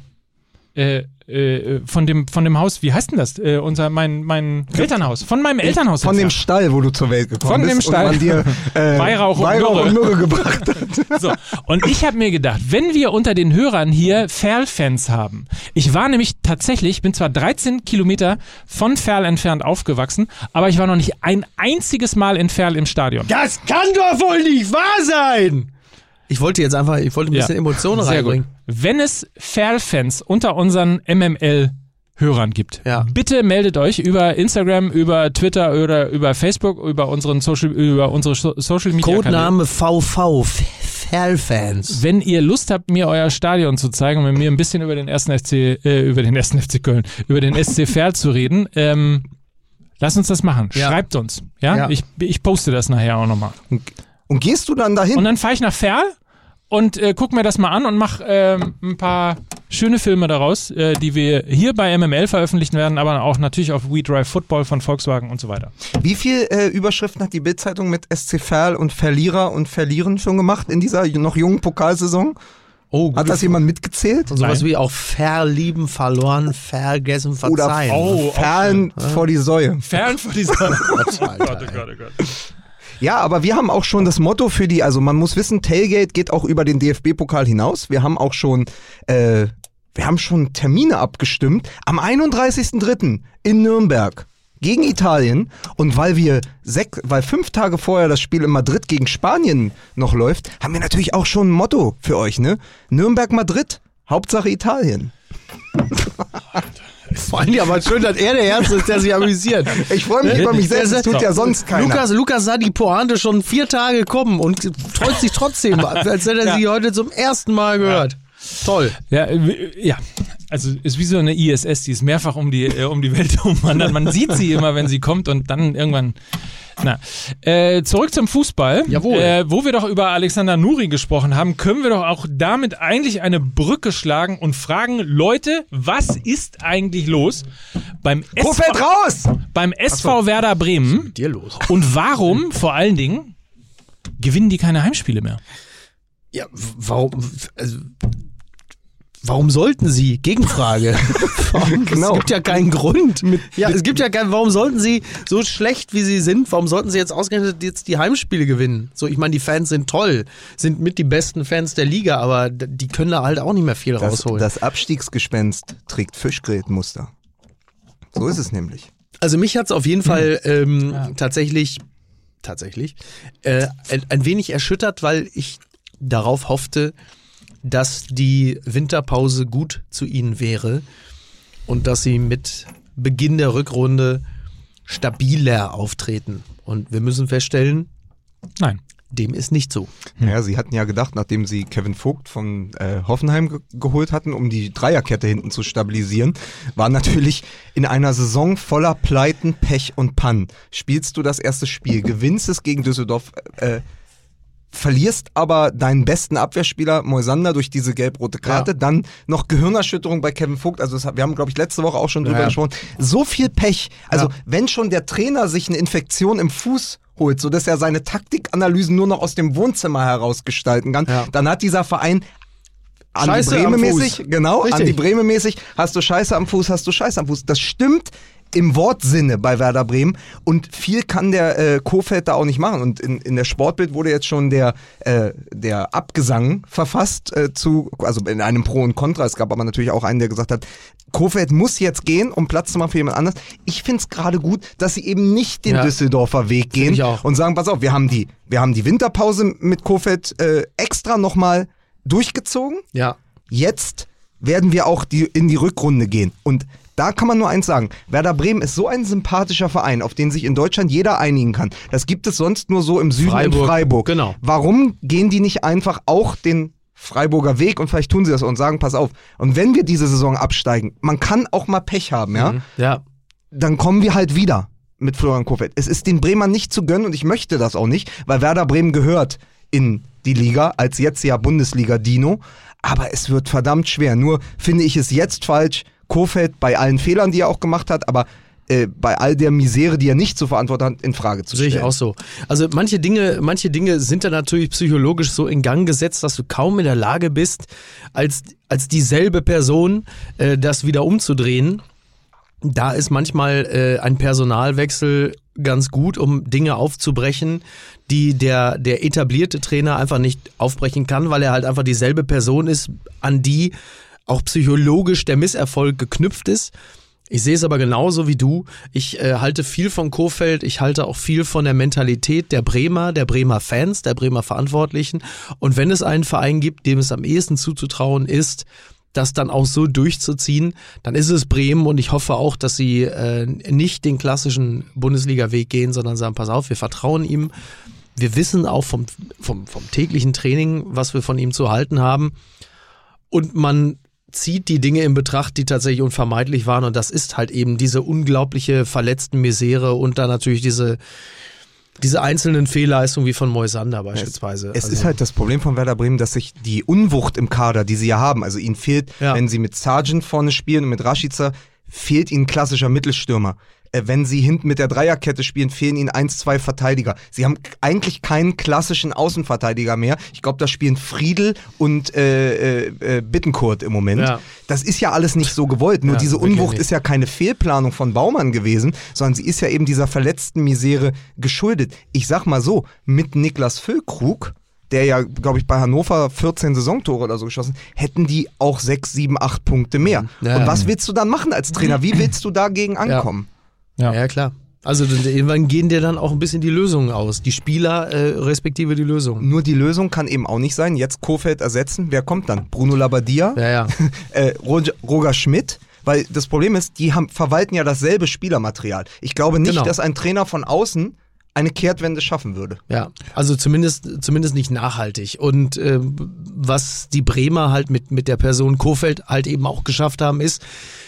von dem Haus, wie heißt denn das? Mein Elternhaus. Von meinem Elternhaus. Von dem entfernt. Stall, wo du zur Welt gekommen Von dem bist Stall. und man dir Weihrauch und und Myrrhe gebracht hat. So. Und ich habe mir gedacht, wenn wir unter den Hörern hier Ferl-Fans haben, ich war nämlich tatsächlich, bin zwar 13 Kilometer von Ferl entfernt aufgewachsen, aber ich war noch nicht ein einziges Mal in Ferl im Stadion. Das kann doch wohl nicht wahr sein! Ich wollte ein bisschen Emotionen Sehr gut. reinbringen. Wenn es Ferl-Fans unter unseren MML-Hörern gibt, bitte meldet euch über Instagram, über Twitter oder über Facebook, über unsere Social Media Codename VV, Ferl-Fans. Wenn ihr Lust habt, mir euer Stadion zu zeigen und mit mir ein bisschen über den ersten FC Köln, über den SC Verl zu reden, lasst uns das machen. Ja. Schreibt uns. Ja? Ich poste das nachher auch nochmal. Und gehst du dann dahin? Und dann fahre ich nach Verl und guck mir das mal an und mach ein paar schöne Filme daraus, die wir hier bei MML veröffentlichen werden, aber auch natürlich auf We Drive Football von Volkswagen und so weiter. Wie viel Überschriften hat die Bild-Zeitung mit SC Verl und Verlierer und Verlieren schon gemacht in dieser noch jungen Pokalsaison? Oh, Hat das jemand mitgezählt? Und sowas wie auch verlieben, verloren, vergessen, Oder verzeihen. Perlen vor die Säue. Fern von dieser... Gott. Ja, aber wir haben auch schon das Motto für die, also man muss wissen, Tailgate geht auch über den DFB-Pokal hinaus. Wir haben auch schon, Termine abgestimmt. Am 31.03. in Nürnberg gegen Italien. Und weil 5 Tage vorher das Spiel in Madrid gegen Spanien noch läuft, haben wir natürlich auch schon ein Motto für euch, ne? Nürnberg-Madrid, Hauptsache Italien. Vor allem aber schön, dass er der Erste ist, der sich amüsiert. Ich freue mich über mich selbst, das tut ja sonst keiner. Lukas sah die Pointe schon 4 Tage kommen und freut sich trotzdem, als hätte er sie heute zum ersten Mal gehört. Toll. Ja, also ist wie so eine ISS, die ist mehrfach um die Welt umwandert. Man sieht sie immer, wenn sie kommt und dann irgendwann... zurück zum Fußball. Jawohl. Wo wir doch über Alexander Nuri gesprochen haben, können wir doch auch damit eigentlich eine Brücke schlagen und fragen, Leute, was ist eigentlich los beim Fällt raus! beim SV Werder Bremen? Dir los. Und warum, vor allen Dingen, gewinnen die keine Heimspiele mehr? Ja, warum sollten sie? Gegenfrage. Genau. Es gibt ja keinen Grund. Warum sollten sie so schlecht wie sie sind, warum sollten sie jetzt ausgerechnet jetzt die Heimspiele gewinnen? So, ich meine, die Fans sind toll, sind mit die besten Fans der Liga, aber die können da halt auch nicht mehr viel rausholen. Das Abstiegsgespenst trägt Fischgrätenmuster. So ist es nämlich. Also mich hat es auf jeden Fall tatsächlich ein wenig erschüttert, weil ich darauf hoffte, dass die Winterpause gut zu ihnen wäre und dass sie mit Beginn der Rückrunde stabiler auftreten. Und wir müssen feststellen, nein. Dem ist nicht so. Ja, sie hatten ja gedacht, nachdem sie Kevin Vogt von Hoffenheim geholt hatten, um die Dreierkette hinten zu stabilisieren, war natürlich in einer Saison voller Pleiten, Pech und Pannen. Spielst du das erste Spiel, gewinnst es gegen Düsseldorf, verlierst aber deinen besten Abwehrspieler Moisander durch diese gelb-rote Karte, dann noch Gehirnerschütterung bei Kevin Vogt, also wir haben, glaube ich, letzte Woche auch schon drüber gesprochen, so viel Pech, also wenn schon der Trainer sich eine Infektion im Fuß holt, sodass er seine Taktikanalysen nur noch aus dem Wohnzimmer heraus gestalten kann, dann hat dieser Verein Andi Brehme-mäßig, hast du Scheiße am Fuß, das stimmt im Wortsinne bei Werder Bremen und viel kann der Kohfeldt da auch nicht machen und in der Sportbild wurde jetzt schon der Abgesang verfasst also in einem Pro und Contra, es gab aber natürlich auch einen, der gesagt hat, Kohfeldt muss jetzt gehen, um Platz zu machen für jemand anderes. Ich finde es gerade gut, dass sie eben nicht den Düsseldorfer Weg gehen und sagen, pass auf, wir haben die Winterpause mit Kohfeldt extra nochmal durchgezogen. Ja. Jetzt werden wir auch in die Rückrunde gehen und da kann man nur eins sagen, Werder Bremen ist so ein sympathischer Verein, auf den sich in Deutschland jeder einigen kann. Das gibt es sonst nur so im Süden in Freiburg. Genau. Warum gehen die nicht einfach auch den Freiburger Weg und vielleicht tun sie das und sagen, pass auf, und wenn wir diese Saison absteigen, man kann auch mal Pech haben, dann kommen wir halt wieder mit Florian Kohfeldt. Es ist den Bremern nicht zu gönnen und ich möchte das auch nicht, weil Werder Bremen gehört in die Liga, als jetzt ja Bundesliga-Dino, aber es wird verdammt schwer. Nur finde ich es jetzt falsch, Kohfeldt bei allen Fehlern, die er auch gemacht hat, aber bei all der Misere, die er nicht zu verantworten hat, in Frage zu stellen. Sehe ich auch so. Also manche Dinge sind da natürlich psychologisch so in Gang gesetzt, dass du kaum in der Lage bist, als dieselbe Person das wieder umzudrehen. Da ist manchmal ein Personalwechsel ganz gut, um Dinge aufzubrechen, die der etablierte Trainer einfach nicht aufbrechen kann, weil er halt einfach dieselbe Person ist, an die auch psychologisch der Misserfolg geknüpft ist. Ich sehe es aber genauso wie du. Ich halte viel von Kohfeldt, ich halte auch viel von der Mentalität der Bremer Fans, der Bremer Verantwortlichen. Und wenn es einen Verein gibt, dem es am ehesten zuzutrauen ist, das dann auch so durchzuziehen, dann ist es Bremen und ich hoffe auch, dass sie nicht den klassischen Bundesliga-Weg gehen, sondern sagen, pass auf, wir vertrauen ihm. Wir wissen auch vom täglichen Training, was wir von ihm zu halten haben. Und man zieht die Dinge in Betracht, die tatsächlich unvermeidlich waren und das ist halt eben diese unglaubliche verletzten Misere und dann natürlich diese einzelnen Fehlleistungen wie von Moisander beispielsweise. Es ist halt das Problem von Werder Bremen, dass sich die Unwucht im Kader, die sie ja haben, also ihnen fehlt, wenn sie mit Sargent vorne spielen und mit Rashica, fehlt ihnen klassischer Mittelstürmer. Wenn sie hinten mit der Dreierkette spielen, fehlen ihnen 1-2 Verteidiger. Sie haben eigentlich keinen klassischen Außenverteidiger mehr. Ich glaube, da spielen Friedl und Bittencourt im Moment. Ja. Das ist ja alles nicht so gewollt. Nur diese Unwucht ist ja keine Fehlplanung von Baumann gewesen, sondern sie ist ja eben dieser verletzten Misere geschuldet. Ich sag mal so, mit Niklas Füllkrug, der ja, glaube ich, bei Hannover 14 Saisontore oder so geschossen, hätten die auch 6, 7, 8 Punkte mehr. Ja. Und was willst du dann machen als Trainer? Wie willst du dagegen ankommen? Ja, klar. Also irgendwann gehen dir dann auch ein bisschen die Lösungen aus. Die Spieler respektive die Lösungen. Nur die Lösung kann eben auch nicht sein, jetzt Kohfeldt ersetzen. Wer kommt dann? Bruno Labbadia? Roger Schmidt? Weil das Problem ist, die verwalten ja dasselbe Spielermaterial. Ich glaube nicht, dass ein Trainer von außen eine Kehrtwende schaffen würde. Ja, also zumindest nicht nachhaltig. Und was die Bremer halt mit der Person Kohfeldt halt eben auch geschafft haben, ist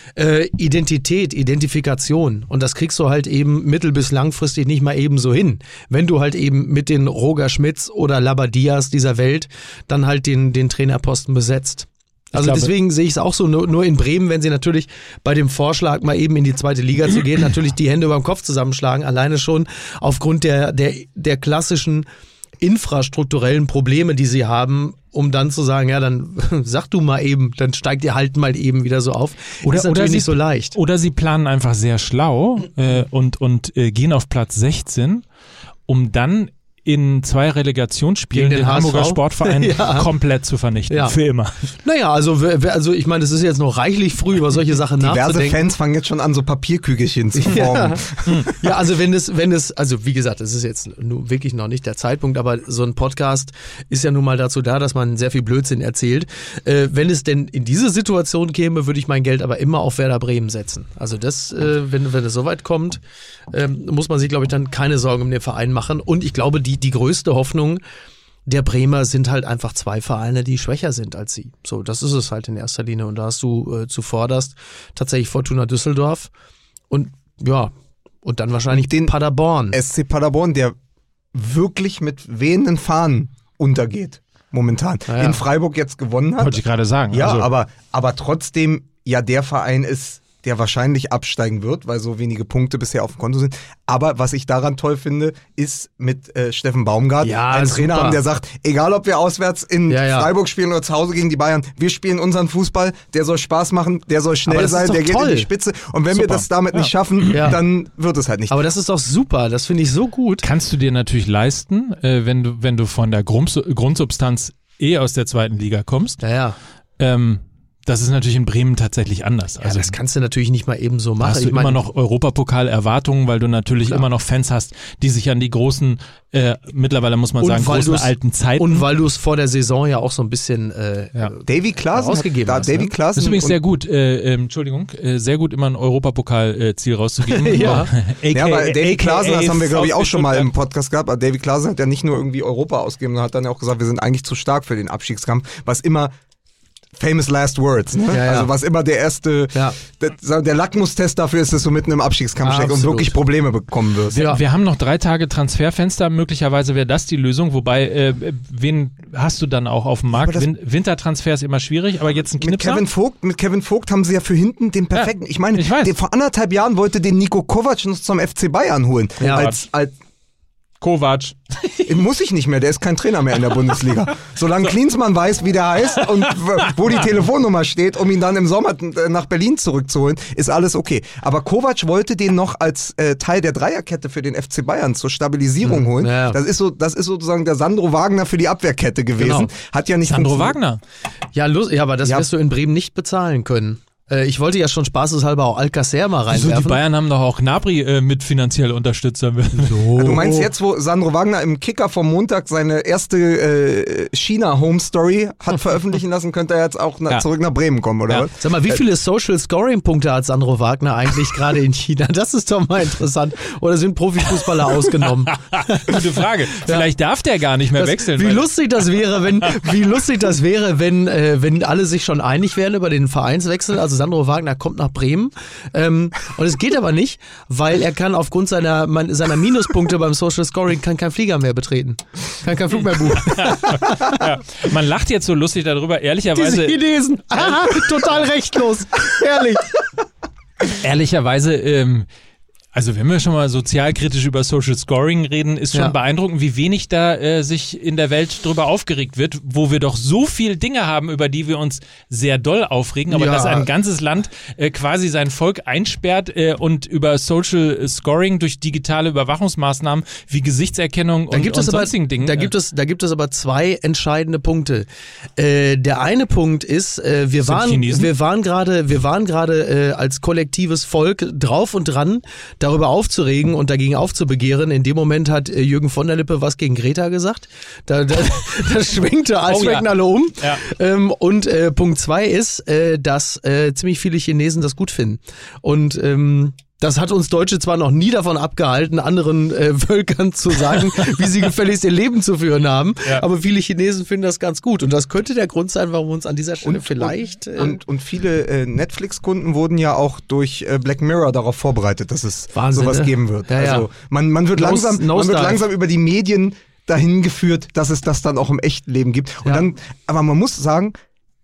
Identifikation. Und das kriegst du halt eben mittel- bis langfristig nicht mal eben so hin. Wenn du halt eben mit den Roger Schmidts oder Labbadias dieser Welt dann halt den Trainerposten besetzt. Also deswegen sehe ich es auch so, nur in Bremen, wenn sie natürlich bei dem Vorschlag, mal eben in die zweite Liga zu gehen, natürlich die Hände über dem Kopf zusammenschlagen, alleine schon aufgrund der klassischen infrastrukturellen Probleme, die sie haben, um dann zu sagen, ja, dann sag du mal eben, dann steigt ihr halt mal eben wieder so auf. Oder, ist natürlich nicht so leicht. Oder sie planen einfach sehr schlau und gehen auf Platz 16, um dann in 2 Relegationsspielen den Hamburger Sportverein komplett zu vernichten. Ja. Für immer. Naja, also ich meine, das ist jetzt noch reichlich früh, über solche Sachen nachzudenken. Diverse Fans fangen jetzt schon an, so Papierkügelchen zu formen. Ja, also wenn es, also wie gesagt, es ist jetzt wirklich noch nicht der Zeitpunkt, aber so ein Podcast ist ja nun mal dazu da, dass man sehr viel Blödsinn erzählt. Wenn es denn in diese Situation käme, würde ich mein Geld aber immer auf Werder Bremen setzen. Also das, wenn es soweit kommt, muss man sich, glaube ich, dann keine Sorgen um den Verein machen. Und ich glaube, die größte Hoffnung der Bremer sind halt einfach 2 Vereine, die schwächer sind als sie. So, das ist es halt in erster Linie. Und da hast du zuvorderst tatsächlich Fortuna Düsseldorf und ja, und dann wahrscheinlich den Paderborn. SC Paderborn, der wirklich mit wehenden Fahnen untergeht momentan. Ja. In Freiburg jetzt gewonnen hat. Wollte ich gerade sagen. Ja, also, aber trotzdem ja der Verein ist, der wahrscheinlich absteigen wird, weil so wenige Punkte bisher auf dem Konto sind. Aber was ich daran toll finde, ist mit Steffen Baumgart einen Trainer haben, der sagt, egal ob wir auswärts in Freiburg spielen oder zu Hause gegen die Bayern, wir spielen unseren Fußball, der soll Spaß machen, der soll schnell sein, der geht in die Spitze. Und wenn wir das damit nicht schaffen, dann wird es halt nicht. Aber das ist doch super, das finde ich so gut. Kannst du dir natürlich leisten, wenn du von der Grundsubstanz aus der 2. Liga kommst. Ja. Das ist natürlich in Bremen tatsächlich anders. Ja, also das kannst du natürlich nicht mal eben so machen. Hast du immer noch Europapokal-Erwartungen, weil du natürlich immer noch Fans hast, die sich an die großen, mittlerweile muss man sagen, großen alten Zeiten. Und weil du es vor der Saison ja auch so ein bisschen Davy Klaassen ausgegeben hast. Davy Klaassen das ist übrigens sehr gut, sehr gut immer ein Europapokal-Ziel rauszugeben. Ja, aber Davy Klaassen, das haben wir glaube ich auch schon mal im Podcast gehabt, aber Davy Klaassen hat ja nicht nur irgendwie Europa ausgegeben, sondern hat dann ja auch gesagt, wir sind eigentlich zu stark für den Abstiegskampf, was immer famous last words, ne? Also was immer der erste, der Lackmustest dafür ist, dass du mitten im Abstiegskampf steckst und wirklich Probleme bekommen wirst. Wir haben noch 3 Tage Transferfenster, möglicherweise wäre das die Lösung, wobei, wen hast du dann auch auf dem Markt? Wintertransfer ist immer schwierig, aber jetzt ein Knipser? Mit Kevin Vogt haben sie ja für hinten den perfekten, ich meine, vor 1,5 Jahren wollte den Nico Kovac noch zum FC Bayern holen. Als Kovac. Muss ich nicht mehr, der ist kein Trainer mehr in der Bundesliga. Solange Klinsmann weiß, wie der heißt und wo die Telefonnummer steht, um ihn dann im Sommer nach Berlin zurückzuholen, ist alles okay. Aber Kovac wollte den noch als Teil der Dreierkette für den FC Bayern zur Stabilisierung holen. Ja. Das ist sozusagen der Sandro Wagner für die Abwehrkette gewesen. Genau. Hat ja nicht Sandro Wagner? Ja, aber das wirst du in Bremen nicht bezahlen können. Ich wollte ja schon spaßeshalber auch Alcacer mal reinwerfen. Also die Bayern haben doch auch Gnabry mit finanziell unterstützt. So. Du meinst jetzt, wo Sandro Wagner im Kicker vom Montag seine erste China-Home-Story hat veröffentlichen lassen, könnte er jetzt auch zurück nach Bremen kommen, oder was? Sag mal, wie viele Social-Scoring-Punkte hat Sandro Wagner eigentlich gerade in China? Das ist doch mal interessant. Oder sind Profifußballer ausgenommen? Gute Frage. Vielleicht darf der gar nicht mehr wechseln. Wie lustig das wäre, wenn alle sich schon einig wären über den Vereinswechsel. Also Sandro Wagner kommt nach Bremen und es geht aber nicht, weil er kann aufgrund seiner Minuspunkte beim Social Scoring kein Flieger mehr betreten. Kann kein Flug mehr buchen. Ja. Man lacht jetzt so lustig darüber, ehrlicherweise. Diese Chinesen, total rechtlos, ehrlich. Ehrlicherweise, also wenn wir schon mal sozialkritisch über Social Scoring reden, ist schon beeindruckend, wie wenig da sich in der Welt drüber aufgeregt wird, wo wir doch so viel Dinge haben, über die wir uns sehr doll aufregen, aber dass ein ganzes Land quasi sein Volk einsperrt und über Social Scoring durch digitale Überwachungsmaßnahmen wie Gesichtserkennung und sonstigen Dingen. Da gibt es aber 2 entscheidende Punkte. Der eine Punkt ist, wir waren gerade als kollektives Volk drauf und dran, darüber aufzuregen und dagegen aufzubegehren. In dem Moment hat Jürgen von der Lippe was gegen Greta gesagt. Da schwenken alle um. Ja. Und Punkt 2 ist, dass ziemlich viele Chinesen das gut finden. Und das hat uns Deutsche zwar noch nie davon abgehalten, anderen Völkern zu sagen, wie sie gefälligst ihr Leben zu führen haben, aber viele Chinesen finden das ganz gut. Und das könnte der Grund sein, warum wir uns an dieser Stelle vielleicht... Und viele Netflix-Kunden wurden ja auch durch Black Mirror darauf vorbereitet, dass es sowas geben wird. Ja, also man wird langsam über die Medien dahin geführt, dass es das dann auch im echten Leben gibt. Und dann, aber man muss sagen,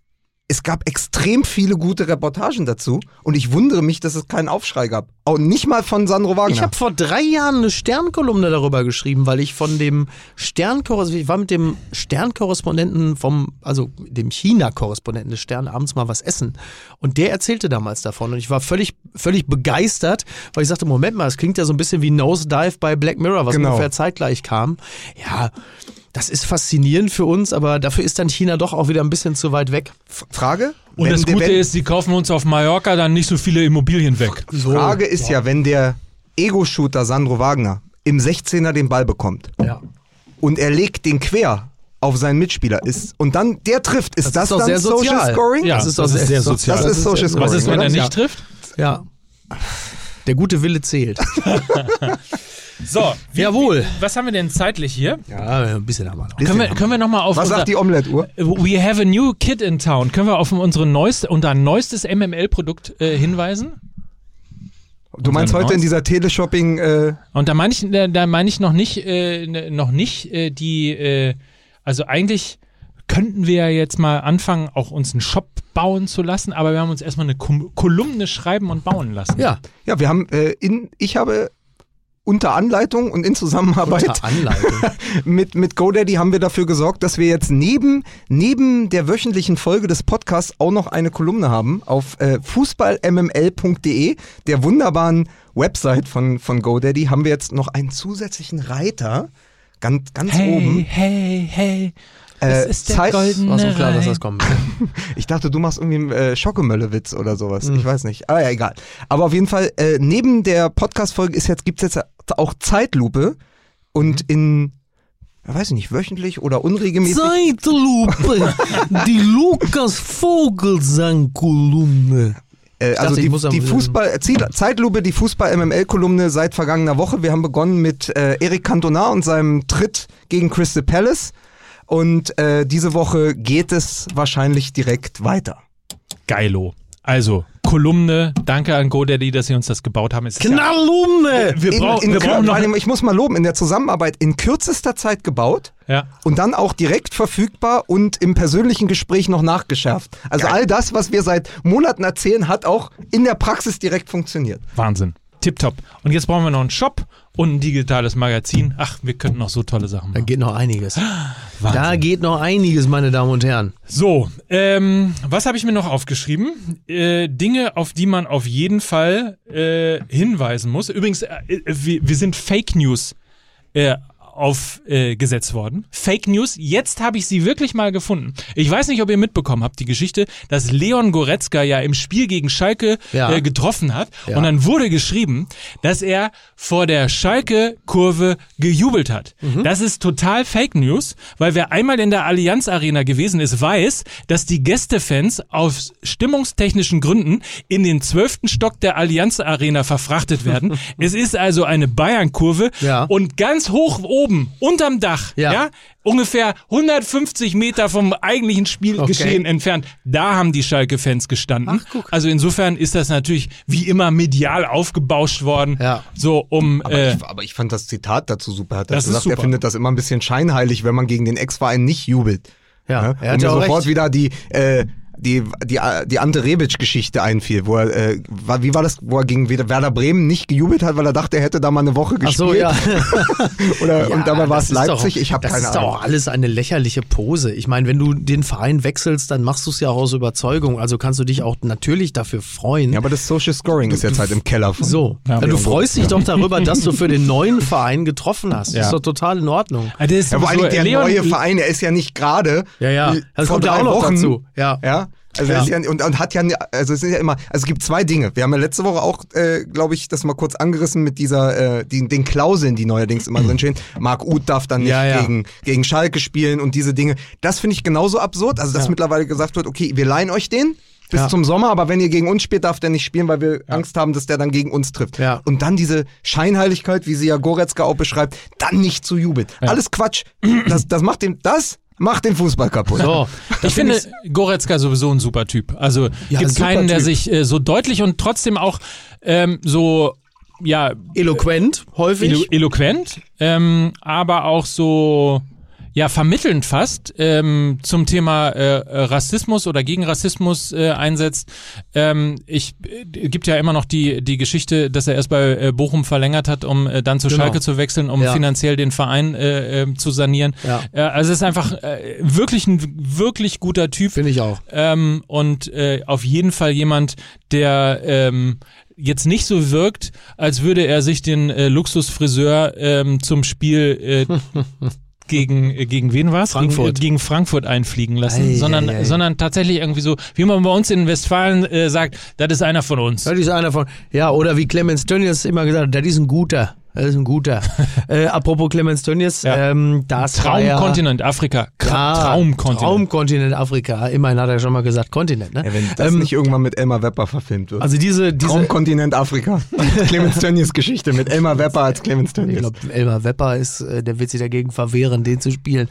es gab extrem viele gute Reportagen dazu und ich wundere mich, dass es keinen Aufschrei gab. Auch nicht mal von Sandro Wagner. Ich habe vor 3 Jahren eine Sternkolumne darüber geschrieben, weil ich von dem ich war mit dem Sternkorrespondenten also dem China-Korrespondenten des Stern abends mal was essen und der erzählte damals davon und ich war völlig begeistert, weil ich sagte, Moment mal, das klingt ja so ein bisschen wie Nosedive bei Black Mirror, was ungefähr zeitgleich kam. Ja, das ist faszinierend für uns, aber dafür ist dann China doch auch wieder ein bisschen zu weit weg. Frage? Und das Gute ist, sie kaufen uns auf Mallorca dann nicht so viele Immobilien weg. Frage ist ja, wenn der Ego-Shooter Sandro Wagner im 16er den Ball bekommt und er legt den quer auf seinen Mitspieler und dann der trifft, ist das dann Social Scoring? Ja, das ist sehr sozial. Das ist Social Scoring. Was ist, wenn er nicht trifft? Ja. Der gute Wille zählt. So, jawohl. Was haben wir denn zeitlich hier? Ja, ein bisschen haben wir noch. Können wir nochmal auf was sagt die Omelette-Uhr? We have a new kid in town. Können wir auf unser neuestes MML-Produkt hinweisen? Du meinst heute in dieser Teleshopping... Und da meine ich noch nicht die... also eigentlich könnten wir ja jetzt mal anfangen, auch uns einen Shop bauen zu lassen, aber wir haben uns erstmal eine Kolumne schreiben und bauen lassen. Ja, wir haben... ich habe... Unter Anleitung und in Zusammenarbeit mit GoDaddy haben wir dafür gesorgt, dass wir jetzt neben der wöchentlichen Folge des Podcasts auch noch eine Kolumne haben auf fußballmml.de, der wunderbaren Website von GoDaddy, haben wir jetzt noch einen zusätzlichen Reiter ganz oben. Hey. Es ist der goldene war so klar, dass das kommt. Ich dachte, du machst irgendwie einen Schokemölle-Witz oder sowas. Ich weiß nicht. Aber ja, egal. Aber auf jeden Fall, neben der Podcast-Folge gibt's jetzt auch Zeitlupe und weiß ich nicht, wöchentlich oder unregelmäßig. Zeitlupe! Die Lukas Vogelsang-Kolumne. Also die Zeitlupe, die Fußball-MML-Kolumne seit vergangener Woche. Wir haben begonnen mit Eric Cantona und seinem Tritt gegen Crystal Palace. Und diese Woche geht es wahrscheinlich direkt weiter. Geilo. Also, Kolumne, danke an GoDaddy, dass sie uns das gebaut haben. Knallumne! Wir brauchen noch... Ich muss mal loben, in der Zusammenarbeit in kürzester Zeit gebaut und dann auch direkt verfügbar und im persönlichen Gespräch noch nachgeschärft. Also all das, was wir seit Monaten erzählen, hat auch in der Praxis direkt funktioniert. Wahnsinn. Tipptopp. Und jetzt brauchen wir noch einen Shop und ein digitales Magazin. Ach, wir könnten noch so tolle Sachen machen. Da geht noch einiges. Wahnsinn. Da geht noch einiges, meine Damen und Herren. So, was habe ich mir noch aufgeschrieben? Dinge, auf die man auf jeden Fall hinweisen muss. Übrigens, wir sind Fake News aufgesetzt worden. Fake News, jetzt habe ich sie wirklich mal gefunden. Ich weiß nicht, ob ihr mitbekommen habt, die Geschichte, dass Leon Goretzka ja im Spiel gegen Schalke getroffen hat und dann wurde geschrieben, dass er vor der Schalke-Kurve gejubelt hat. Das ist total Fake News, weil wer einmal in der Allianz Arena gewesen ist, weiß, dass die Gästefans aus stimmungstechnischen Gründen in den 12. Stock der Allianz Arena verfrachtet werden. Es ist also eine Bayern-Kurve und ganz hoch oben, unterm Dach, ungefähr 150 Meter vom eigentlichen Spielgeschehen entfernt, da haben die Schalke-Fans gestanden. Ach, guck. Also insofern ist das natürlich wie immer medial aufgebauscht worden. So aber ich fand das Zitat dazu super. Er hat gesagt, er findet das immer ein bisschen scheinheilig, wenn man gegen den Ex-Verein nicht jubelt. Ja, er hat ja sofort wieder die Ante Rebic-Geschichte einfiel, wo er, wie war das, wo er gegen Werder Bremen nicht gejubelt hat, weil er dachte, er hätte da mal eine Woche gespielt. Ach so, ja. Und dabei war es Leipzig, ich habe keine Ahnung. Das ist doch alles eine lächerliche Pose. Ich meine, wenn du den Verein wechselst, dann machst du es ja auch aus Überzeugung, also kannst du dich auch natürlich dafür freuen. Ja, aber das Social Scoring ist jetzt halt im Keller. Du freust dich doch darüber, dass du für den neuen Verein getroffen hast. Das ist doch total in Ordnung. Vor allem der neue Verein, er ist ja nicht gerade das kommt ja auch noch dazu. Ja. Also es ist ja, und hat ja, also es sind ja immer, also es gibt zwei Dinge. Wir haben ja letzte Woche auch, glaube ich, das mal kurz angerissen mit dieser, den Klauseln, die neuerdings immer drinstehen. Marc Uth darf dann nicht gegen Schalke spielen und diese Dinge. Das finde ich genauso absurd. Also dass mittlerweile gesagt wird, okay, wir leihen euch den bis zum Sommer, aber wenn ihr gegen uns spielt, darf der nicht spielen, weil wir Angst haben, dass der dann gegen uns trifft. Ja. Und dann diese Scheinheiligkeit, wie sie ja Goretzka auch beschreibt, dann nicht zu jubeln. Ja. Alles Quatsch. Das macht den Fußball kaputt. So. Ich finde Goretzka sowieso ein super Typ. Also gibt keinen, der sich so deutlich und trotzdem auch so eloquent häufig. Eloquent, aber auch so vermittelnd fast zum Thema Rassismus oder gegen Rassismus einsetzt. Gibt ja immer noch die Geschichte, dass er erst bei Bochum verlängert hat, um dann zu Schalke zu wechseln, um finanziell den Verein zu sanieren. Ja. Also es ist einfach wirklich ein wirklich guter Typ. Finde ich auch. Und auf jeden Fall jemand, der jetzt nicht so wirkt, als würde er sich den Luxusfriseur zum Spiel gegen wen war's? Frankfurt. Gegen Frankfurt einfliegen lassen, sondern tatsächlich irgendwie so, wie man bei uns in Westfalen sagt, das ist einer von uns. Das ist einer von, oder wie Clemens Tönnies immer gesagt hat, das ist ein guter. Das ist ein guter. Apropos Clemens Tönnies, das Traumkontinent Afrika. Traumkontinent Afrika. Immerhin hat er schon mal gesagt Kontinent. Ne? Ja, wenn das nicht irgendwann mit Elmar Wepper verfilmt wird. Also diese Traumkontinent Afrika. Clemens Tönnies Geschichte mit Elmar Wepper als Clemens Tönnies. Ich glaube, Elmar Wepper der wird sich dagegen verwehren, den zu spielen.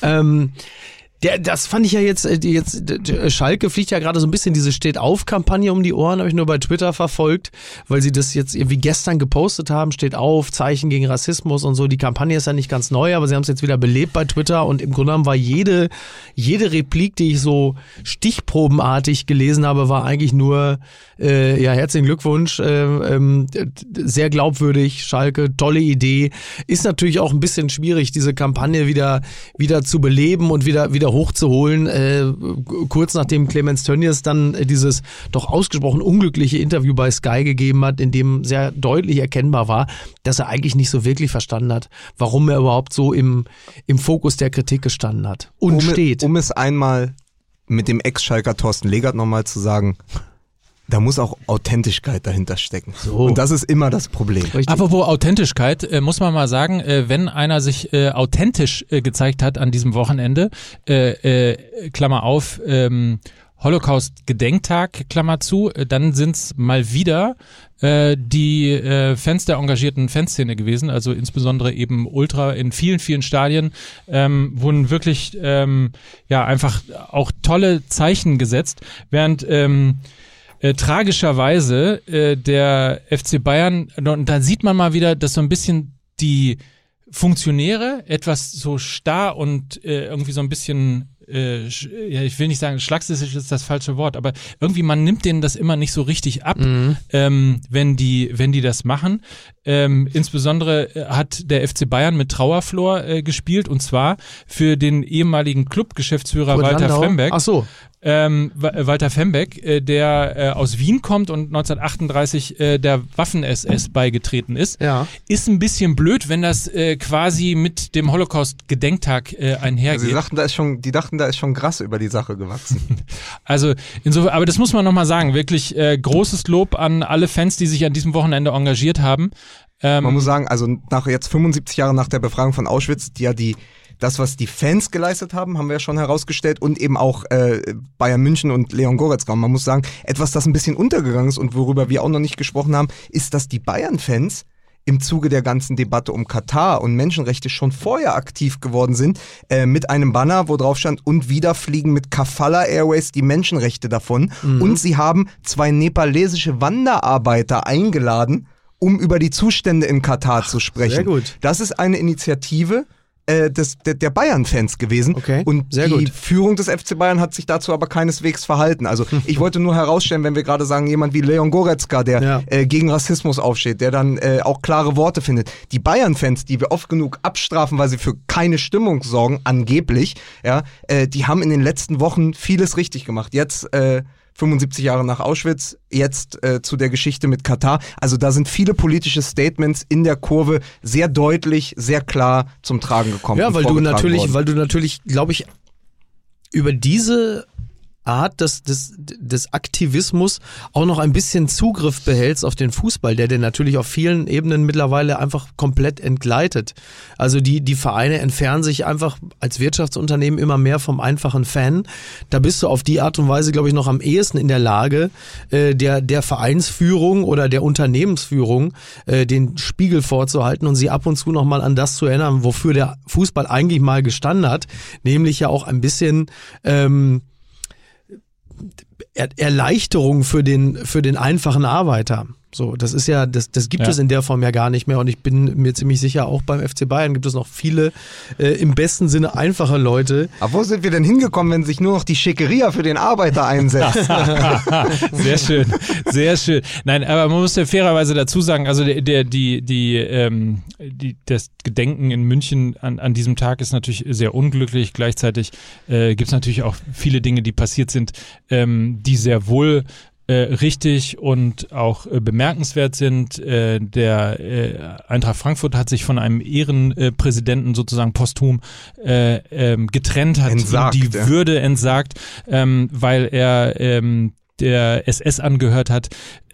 Das fand ich ja jetzt Schalke fliegt ja gerade so ein bisschen diese Steht-auf-Kampagne um die Ohren, habe ich nur bei Twitter verfolgt, weil sie das jetzt irgendwie gestern gepostet haben, Steht auf, Zeichen gegen Rassismus und so. Die Kampagne ist ja nicht ganz neu, aber sie haben es jetzt wieder belebt bei Twitter und im Grunde genommen war jede Replik, die ich so stichprobenartig gelesen habe, war eigentlich nur herzlichen Glückwunsch, sehr glaubwürdig, Schalke, tolle Idee. Ist natürlich auch ein bisschen schwierig, diese Kampagne wieder zu beleben und wieder hochzuholen, kurz nachdem Clemens Tönnies dann dieses doch ausgesprochen unglückliche Interview bei Sky gegeben hat, in dem sehr deutlich erkennbar war, dass er eigentlich nicht so wirklich verstanden hat, warum er überhaupt so im Fokus der Kritik gestanden hat und steht. Um es einmal mit dem Ex-Schalker Thorsten Legert nochmal zu sagen, da muss auch Authentischkeit dahinter stecken. So. Und das ist immer das Problem. Richtig. Apropos Authentischkeit, muss man mal sagen, wenn einer sich authentisch gezeigt hat an diesem Wochenende, Klammer auf, Holocaust-Gedenktag, Klammer zu, dann sind's mal wieder die Fans der engagierten Fanszene gewesen, also insbesondere eben Ultra in vielen, vielen Stadien, wurden wirklich einfach auch tolle Zeichen gesetzt, während tragischerweise der FC Bayern, und da sieht man mal wieder, dass so ein bisschen die Funktionäre etwas so starr und irgendwie so ein bisschen ich will nicht sagen, schlagsig ist das falsche Wort, aber irgendwie man nimmt denen das immer nicht so richtig ab, wenn die das machen. Insbesondere hat der FC Bayern mit Trauerflor gespielt, und zwar für den ehemaligen Clubgeschäftsführer Walter Frembeck. Ach so. Walter Fembeck, der aus Wien kommt und 1938 der Waffen-SS beigetreten ist. Ja. Ist ein bisschen blöd, wenn das quasi mit dem Holocaust-Gedenktag einhergeht. Also die dachten, da ist schon Gras über die Sache gewachsen. Also insofern, aber das muss man nochmal sagen, wirklich großes Lob an alle Fans, die sich an diesem Wochenende engagiert haben. Man muss sagen, also nach jetzt 75 Jahren nach der Befreiung von Auschwitz, das, was die Fans geleistet haben, haben wir ja schon herausgestellt, und eben auch Bayern München und Leon Goretzka. Man muss sagen, etwas, das ein bisschen untergegangen ist und worüber wir auch noch nicht gesprochen haben, ist, dass die Bayern-Fans im Zuge der ganzen Debatte um Katar und Menschenrechte schon vorher aktiv geworden sind, mit einem Banner, wo drauf stand, und wieder fliegen mit Kafala Airways die Menschenrechte davon. Und sie haben 2 nepalesische Wanderarbeiter eingeladen, um über die Zustände in Katar zu sprechen. Sehr gut. Das ist eine Initiative der Bayern-Fans gewesen. Okay, und die Führung des FC Bayern hat sich dazu aber keineswegs verhalten. Also ich wollte nur herausstellen, wenn wir gerade sagen, jemand wie Leon Goretzka, der gegen Rassismus aufsteht, der dann auch klare Worte findet. Die Bayern-Fans, die wir oft genug abstrafen, weil sie für keine Stimmung sorgen, angeblich, die haben in den letzten Wochen vieles richtig gemacht. Jetzt 75 Jahre nach Auschwitz, jetzt zu der Geschichte mit Katar. Also da sind viele politische Statements in der Kurve sehr deutlich, sehr klar zum Tragen gekommen. Ja, weil du natürlich, glaube ich, über diese Art des Aktivismus auch noch ein bisschen Zugriff behältst auf den Fußball, der natürlich auf vielen Ebenen mittlerweile einfach komplett entgleitet. Also die Vereine entfernen sich einfach als Wirtschaftsunternehmen immer mehr vom einfachen Fan. Da bist du auf die Art und Weise, glaube ich, noch am ehesten in der Lage, der Vereinsführung oder der Unternehmensführung den Spiegel vorzuhalten und sie ab und zu nochmal an das zu erinnern, wofür der Fußball eigentlich mal gestanden hat, nämlich ja auch ein bisschen Erleichterung für den einfachen Arbeiter. So, das ist ja, das gibt es in der Form ja gar nicht mehr und ich bin mir ziemlich sicher, auch beim FC Bayern gibt es noch viele im besten Sinne einfache Leute. Aber wo sind wir denn hingekommen, wenn sich nur noch die Schickeria für den Arbeiter einsetzt? Sehr schön, sehr schön. Nein, aber man muss ja fairerweise dazu sagen, also das Gedenken in München an diesem Tag ist natürlich sehr unglücklich. Gleichzeitig gibt es natürlich auch viele Dinge, die passiert sind, die sehr wohl richtig und auch bemerkenswert sind. Der Eintracht Frankfurt hat sich von einem Ehrenpräsidenten sozusagen posthum getrennt, hat Entsagt, ihm die Würde entsagt, weil er der SS angehört hat.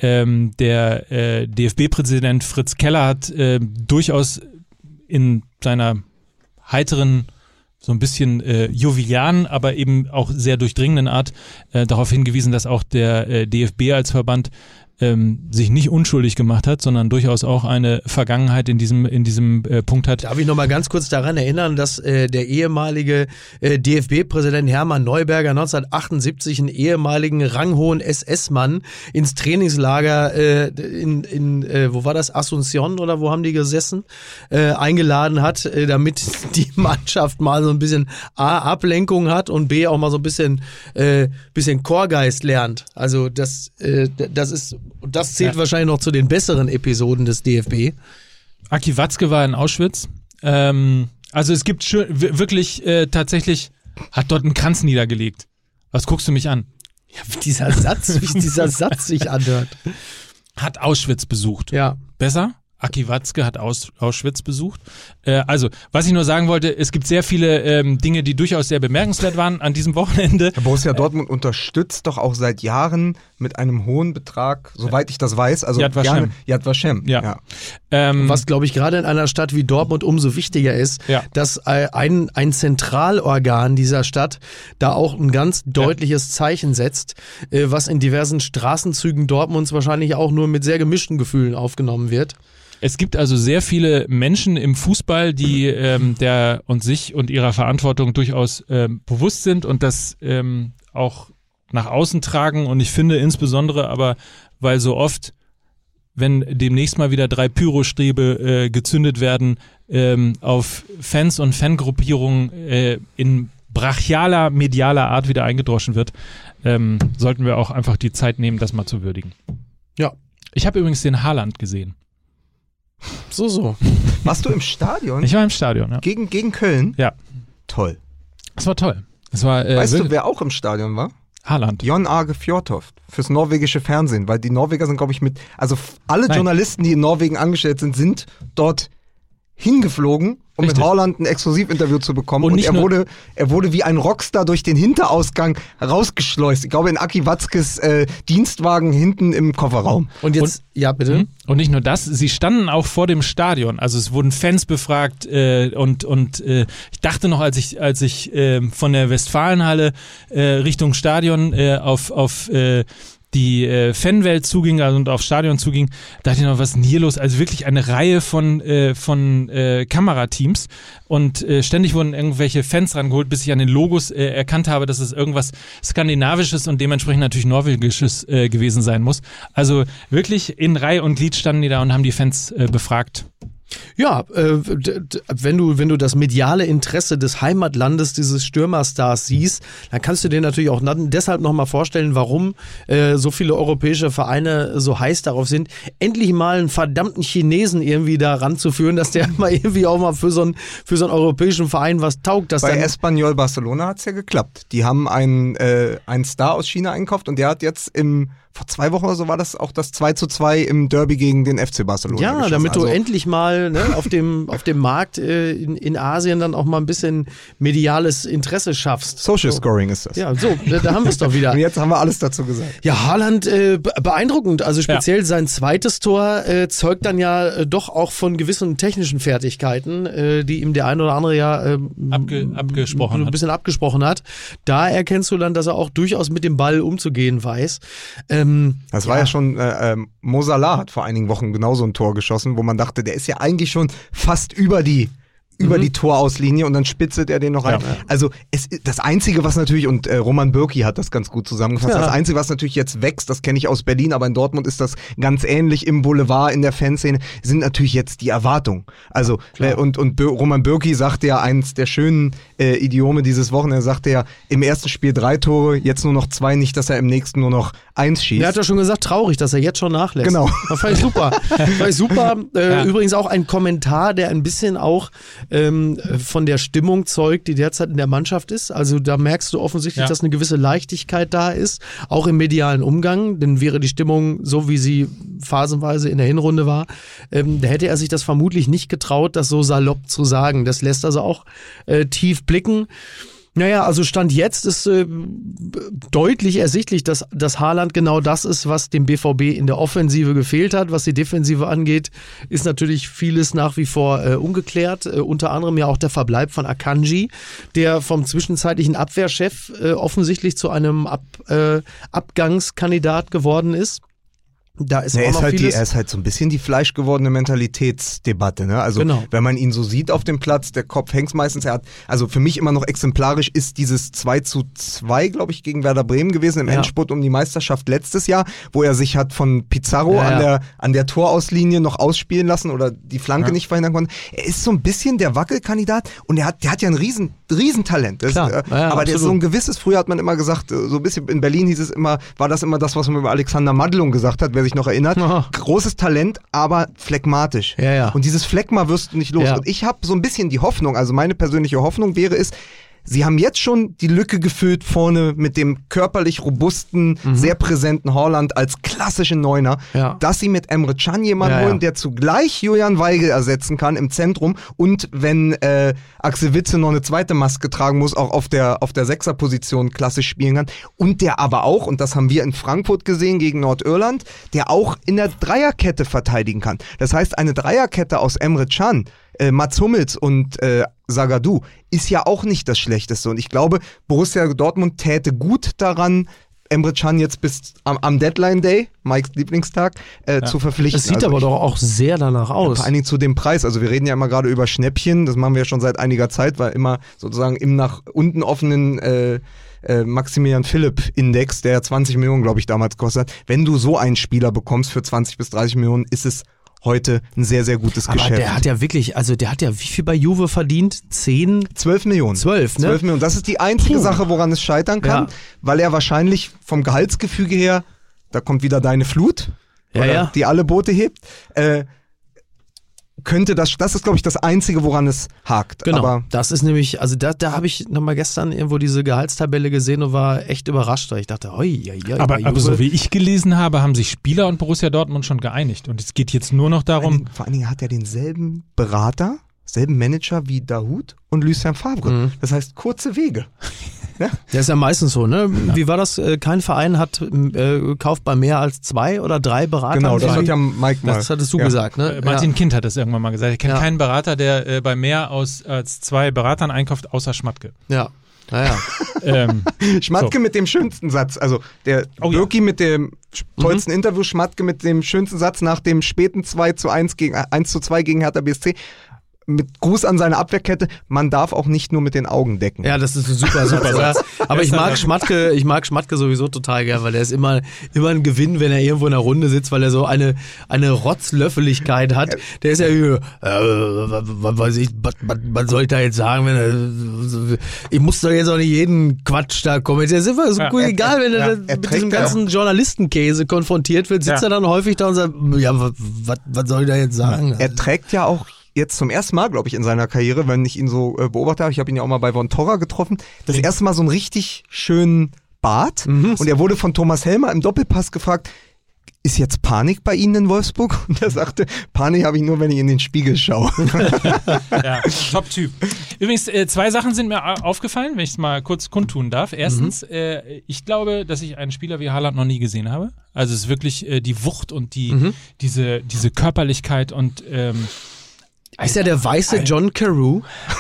Der DFB-Präsident Fritz Keller hat durchaus in seiner heiteren, so ein bisschen jovialen, aber eben auch sehr durchdringenden Art darauf hingewiesen, dass auch der DFB als Verband sich nicht unschuldig gemacht hat, sondern durchaus auch eine Vergangenheit in diesem Punkt hat. Darf ich noch mal ganz kurz daran erinnern, dass der ehemalige DFB-Präsident Hermann Neuberger 1978 einen ehemaligen ranghohen SS-Mann ins Trainingslager wo war das, Asunción oder wo haben die gesessen, eingeladen hat, damit die Mannschaft mal so ein bisschen A, Ablenkung hat und B, auch mal so ein bisschen Chorgeist lernt. Also das zählt wahrscheinlich noch zu den besseren Episoden des DFB. Aki Watzke war in Auschwitz. Also es gibt wirklich tatsächlich, hat dort einen Kranz niedergelegt. Was guckst du mich an? Ja, wie dieser Satz sich anhört. Hat Auschwitz besucht. Ja. Besser? Aki Watzke hat Auschwitz besucht. Also, was ich nur sagen wollte, es gibt sehr viele Dinge, die durchaus sehr bemerkenswert waren an diesem Wochenende. Borussia Dortmund unterstützt doch auch seit Jahren mit einem hohen Betrag, soweit ich das weiß, also Yad Vashem. Yad Vashem. Ja. Was, glaube ich, gerade in einer Stadt wie Dortmund umso wichtiger ist, dass ein Zentralorgan dieser Stadt da auch ein ganz deutliches Zeichen setzt, was in diversen Straßenzügen Dortmunds wahrscheinlich auch nur mit sehr gemischten Gefühlen aufgenommen wird. Es gibt also sehr viele Menschen im Fußball, die der und sich und ihrer Verantwortung durchaus bewusst sind und das auch nach außen tragen. Und ich finde insbesondere aber, weil so oft, wenn demnächst mal wieder 3 Pyrostäbe gezündet werden, auf Fans und Fangruppierungen in brachialer, medialer Art wieder eingedroschen wird, sollten wir auch einfach die Zeit nehmen, das mal zu würdigen. Ja. Ich habe übrigens den Haaland gesehen. So. Warst du im Stadion? Ich war im Stadion, ja. Gegen Köln? Ja. Toll. Das war toll. Das war, weißt du, wer auch im Stadion war? Haaland. Jon Arge Fjørtoft fürs norwegische Fernsehen, weil die Norweger sind, glaube ich, alle Journalisten, die in Norwegen angestellt sind dort hingeflogen, um mit Haaland ein Exklusivinterview zu bekommen. Und er wurde wie ein Rockstar durch den Hinterausgang rausgeschleust. Ich glaube, in Aki Watzkes Dienstwagen hinten im Kofferraum. Und jetzt, ja bitte. Und nicht nur das, sie standen auch vor dem Stadion. Also es wurden Fans befragt und ich dachte noch, als ich von der Westfalenhalle Richtung Stadion auf die Fanwelt zuging und aufs Stadion zuging, dachte ich noch, was ist denn hier los? Also wirklich eine Reihe von Kamerateams und ständig wurden irgendwelche Fans rangeholt, bis ich an den Logos erkannt habe, dass es irgendwas Skandinavisches und dementsprechend natürlich Norwegisches gewesen sein muss. Also wirklich in Reihe und Glied standen die da und haben die Fans befragt. Ja, wenn du das mediale Interesse des Heimatlandes dieses Stürmerstars siehst, dann kannst du dir natürlich auch deshalb nochmal vorstellen, warum so viele europäische Vereine so heiß darauf sind, endlich mal einen verdammten Chinesen irgendwie da ranzuführen, dass der mal irgendwie auch mal für so einen europäischen Verein was taugt. Bei Espanyol Barcelona hat es ja geklappt. Die haben einen Star aus China eingekauft und der hat jetzt vor 2 Wochen oder so war das auch das 2:2 im Derby gegen den FC Barcelona. Ja, geschossen. Damit du endlich mal auf dem Markt in Asien dann auch mal ein bisschen mediales Interesse schaffst. Social Scoring ist das. Ja, so, da haben wir es doch wieder. Und jetzt haben wir alles dazu gesagt. Ja, Haaland beeindruckend. Also speziell sein zweites Tor zeugt dann ja doch auch von gewissen technischen Fertigkeiten, die ihm der ein oder andere ja abgesprochen ein bisschen abgesprochen hat. Da erkennst du dann, dass er auch durchaus mit dem Ball umzugehen weiß. Das war ja schon, Mo Salah hat vor einigen Wochen genauso ein Tor geschossen, wo man dachte, der ist ja eigentlich schon fast über die über die Torauslinie und dann spitzelt er den noch rein. Ja. Also das Einzige, was natürlich, und Roman Bürki hat das ganz gut zusammengefasst, das Einzige, was natürlich jetzt wächst, das kenne ich aus Berlin, aber in Dortmund ist das ganz ähnlich im Boulevard, in der Fanszene, sind natürlich jetzt die Erwartungen. Also und Roman Bürki sagte ja eins der schönen Idiome dieses Wochenende, sagte ja, im ersten Spiel 3 Tore, jetzt nur noch 2, nicht, dass er im nächsten nur noch 1 schießt. Er hat ja schon gesagt, traurig, dass er jetzt schon nachlässt. Genau. Das fand ich super. Übrigens auch ein Kommentar, der ein bisschen auch von der Stimmung zeugt, die derzeit in der Mannschaft ist. Also da merkst du offensichtlich, dass eine gewisse Leichtigkeit da ist, auch im medialen Umgang, denn wäre die Stimmung so, wie sie phasenweise in der Hinrunde war, da hätte er sich das vermutlich nicht getraut, das so salopp zu sagen. Das lässt also auch tief blicken. Naja, also Stand jetzt ist deutlich ersichtlich, dass Haaland genau das ist, was dem BVB in der Offensive gefehlt hat. Was die Defensive angeht, ist natürlich vieles nach wie vor ungeklärt. Unter anderem ja auch der Verbleib von Akanji, der vom zwischenzeitlichen Abwehrchef offensichtlich zu einem Abgangskandidat geworden ist. Da ist auch noch vieles. Er ist halt so ein bisschen die fleischgewordene Mentalitätsdebatte, ne? Also wenn man ihn so sieht auf dem Platz, der Kopf hängt meistens. Also für mich immer noch exemplarisch ist dieses 2:2, glaube ich, gegen Werder Bremen gewesen im Endspurt um die Meisterschaft letztes Jahr, wo er sich hat von Pizarro an der Torauslinie noch ausspielen lassen oder die Flanke nicht verhindern konnte. Er ist so ein bisschen der Wackelkandidat und der hat ja ein Riesentalent. Aber der ist so ein gewisses, früher hat man immer gesagt, so ein bisschen in Berlin hieß es immer, war das immer das, was man über Alexander Madlung gesagt hat, wer sich noch erinnert. Großes Talent, aber phlegmatisch. Ja. Und dieses Phlegma wirst du nicht los. Ja. Und ich habe so ein bisschen die Hoffnung, also meine persönliche Hoffnung wäre es, sie haben jetzt schon die Lücke gefüllt vorne mit dem körperlich robusten, sehr präsenten Haaland als klassischen Neuner, dass sie mit Emre Can jemanden holen, der zugleich Julian Weigl ersetzen kann im Zentrum und wenn Axel Witsel noch eine zweite Maske tragen muss, auch auf der Sechserposition klassisch spielen kann und der aber auch, und das haben wir in Frankfurt gesehen gegen Nordirland, der auch in der Dreierkette verteidigen kann. Das heißt, eine Dreierkette aus Emre Can, Mats Hummels und Zagadou ist ja auch nicht das Schlechteste. Und ich glaube, Borussia Dortmund täte gut daran, Emre Can jetzt bis am Deadline Day, Mikes Lieblingstag, zu verpflichten. Das sieht aber doch auch sehr danach aus. Vor allen Dingen zu dem Preis. Also wir reden ja immer gerade über Schnäppchen, das machen wir ja schon seit einiger Zeit, weil immer sozusagen im nach unten offenen Maximilian Philipp-Index, der 20 Millionen, glaube ich, damals kostet. Wenn du so einen Spieler bekommst für 20 bis 30 Millionen, ist es heute ein sehr, sehr gutes Geschäft. Aber der hat ja wirklich, also der hat ja wie viel bei Juve verdient? 12 Millionen. 12, ne? 12 Millionen. Das ist die einzige Sache, woran es scheitern kann, weil er wahrscheinlich vom Gehaltsgefüge her, da kommt wieder deine Flut, die alle Boote hebt, könnte das ist, glaube ich, das Einzige, woran es hakt. Genau, aber das ist nämlich, also da habe ich nochmal gestern irgendwo diese Gehaltstabelle gesehen und war echt überrascht, weil ich dachte, aber so wie ich gelesen habe, haben sich Spieler und Borussia Dortmund schon geeinigt und es geht jetzt nur noch darum... Vor allen Dingen hat er denselben Berater, selben Manager wie Dahoud und Lucien Favre. Das heißt, kurze Wege. Ja? Das ist ja meistens so, ne? Wie war das? Kein Verein kauft bei mehr als 2 oder 3 Beratern. Genau, das hat ja Mike mal. Das hattest du gesagt, ne? Martin Kind hat das irgendwann mal gesagt. Ich kenne keinen Berater, der bei mehr als 2 Beratern einkauft, außer Schmatke. Ja. Naja. Schmatke mit dem schönsten Satz, also der Birki mit dem tollsten Interview, Schmatke mit dem schönsten Satz nach dem späten 1:2 gegen Hertha BSC. Mit Gruß an seine Abwehrkette, man darf auch nicht nur mit den Augen decken. Ja, das ist ein super Satz. Aber ich mag Schmatke sowieso total gern, weil der ist immer ein Gewinn, wenn er irgendwo in der Runde sitzt, weil er so eine Rotzlöffeligkeit hat. Der ist ja was soll ich da jetzt sagen, ich muss doch jetzt auch nicht jeden Quatsch da kommentieren. Das ist immer so cool, egal, wenn er mit diesem ganzen Journalistenkäse konfrontiert wird, sitzt er dann häufig da und sagt, was soll ich da jetzt sagen? Er trägt ja auch jetzt zum ersten Mal, glaube ich, in seiner Karriere, wenn ich ihn so beobachtet habe, ich habe ihn ja auch mal bei Von Torra getroffen, das erste Mal so einen richtig schönen Bart. Und er wurde von Thomas Helmer im Doppelpass gefragt, ist jetzt Panik bei Ihnen in Wolfsburg? Und er sagte, Panik habe ich nur, wenn ich in den Spiegel schaue. Ja, Top-Typ. Übrigens, 2 Sachen sind mir aufgefallen, wenn ich es mal kurz kundtun darf. Erstens, ich glaube, dass ich einen Spieler wie Haaland noch nie gesehen habe. Also es ist wirklich die Wucht und diese Körperlichkeit und ist ja der weiße John Carew.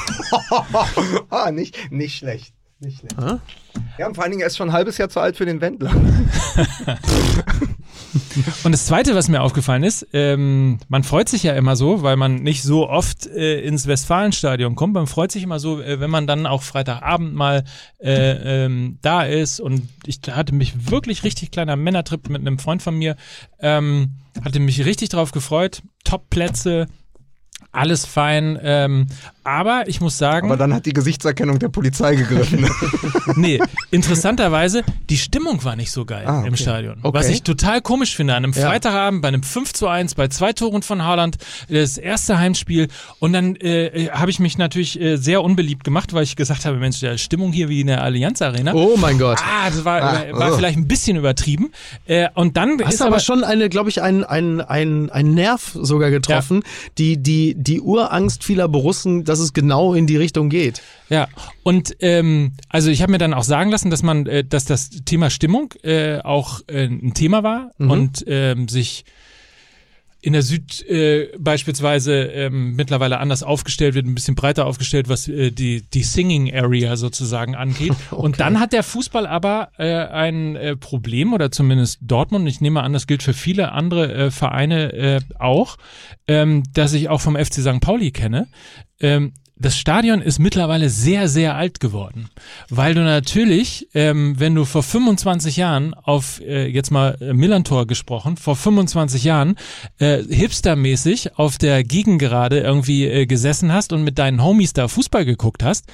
Nicht schlecht. Ja, und vor allen Dingen, er ist schon ein halbes Jahr zu alt für den Wendler. Und das Zweite, was mir aufgefallen ist, man freut sich ja immer so, weil man nicht so oft ins Westfalenstadion kommt. Man freut sich immer so, wenn man dann auch Freitagabend mal da ist. Und ich hatte mich wirklich richtig kleiner Männertrip mit einem Freund von mir, hatte mich richtig drauf gefreut. Top-Plätze, alles fein, aber ich muss sagen... Aber dann hat die Gesichtserkennung der Polizei gegriffen. Nee, interessanterweise, die Stimmung war nicht so geil im Stadion. Okay. Was ich total komisch finde, an einem Freitagabend bei einem 5:1, bei 2 Toren von Haaland, das erste Heimspiel, und dann habe ich mich natürlich sehr unbeliebt gemacht, weil ich gesagt habe, Mensch, der Stimmung hier wie in der Allianz Arena. Oh mein Gott. Das war vielleicht ein bisschen übertrieben. Und dann hast aber schon glaube ich, ein Nerv sogar getroffen, die Urangst vieler Borussen, dass es genau in die Richtung geht. Ja, und also ich habe mir dann auch sagen lassen, dass das Thema Stimmung auch ein Thema war und sich in der Süd beispielsweise mittlerweile anders aufgestellt wird, ein bisschen breiter aufgestellt, was die Singing Area sozusagen angeht. Okay. Und dann hat der Fußball aber ein Problem, oder zumindest Dortmund, ich nehme an, das gilt für viele andere Vereine auch, dass ich auch vom FC St. Pauli kenne. Das Stadion ist mittlerweile sehr, sehr alt geworden, weil du natürlich, wenn du vor 25 Jahren auf, jetzt mal Millantor gesprochen, vor 25 Jahren hipstermäßig auf der Gegengerade irgendwie gesessen hast und mit deinen Homies da Fußball geguckt hast,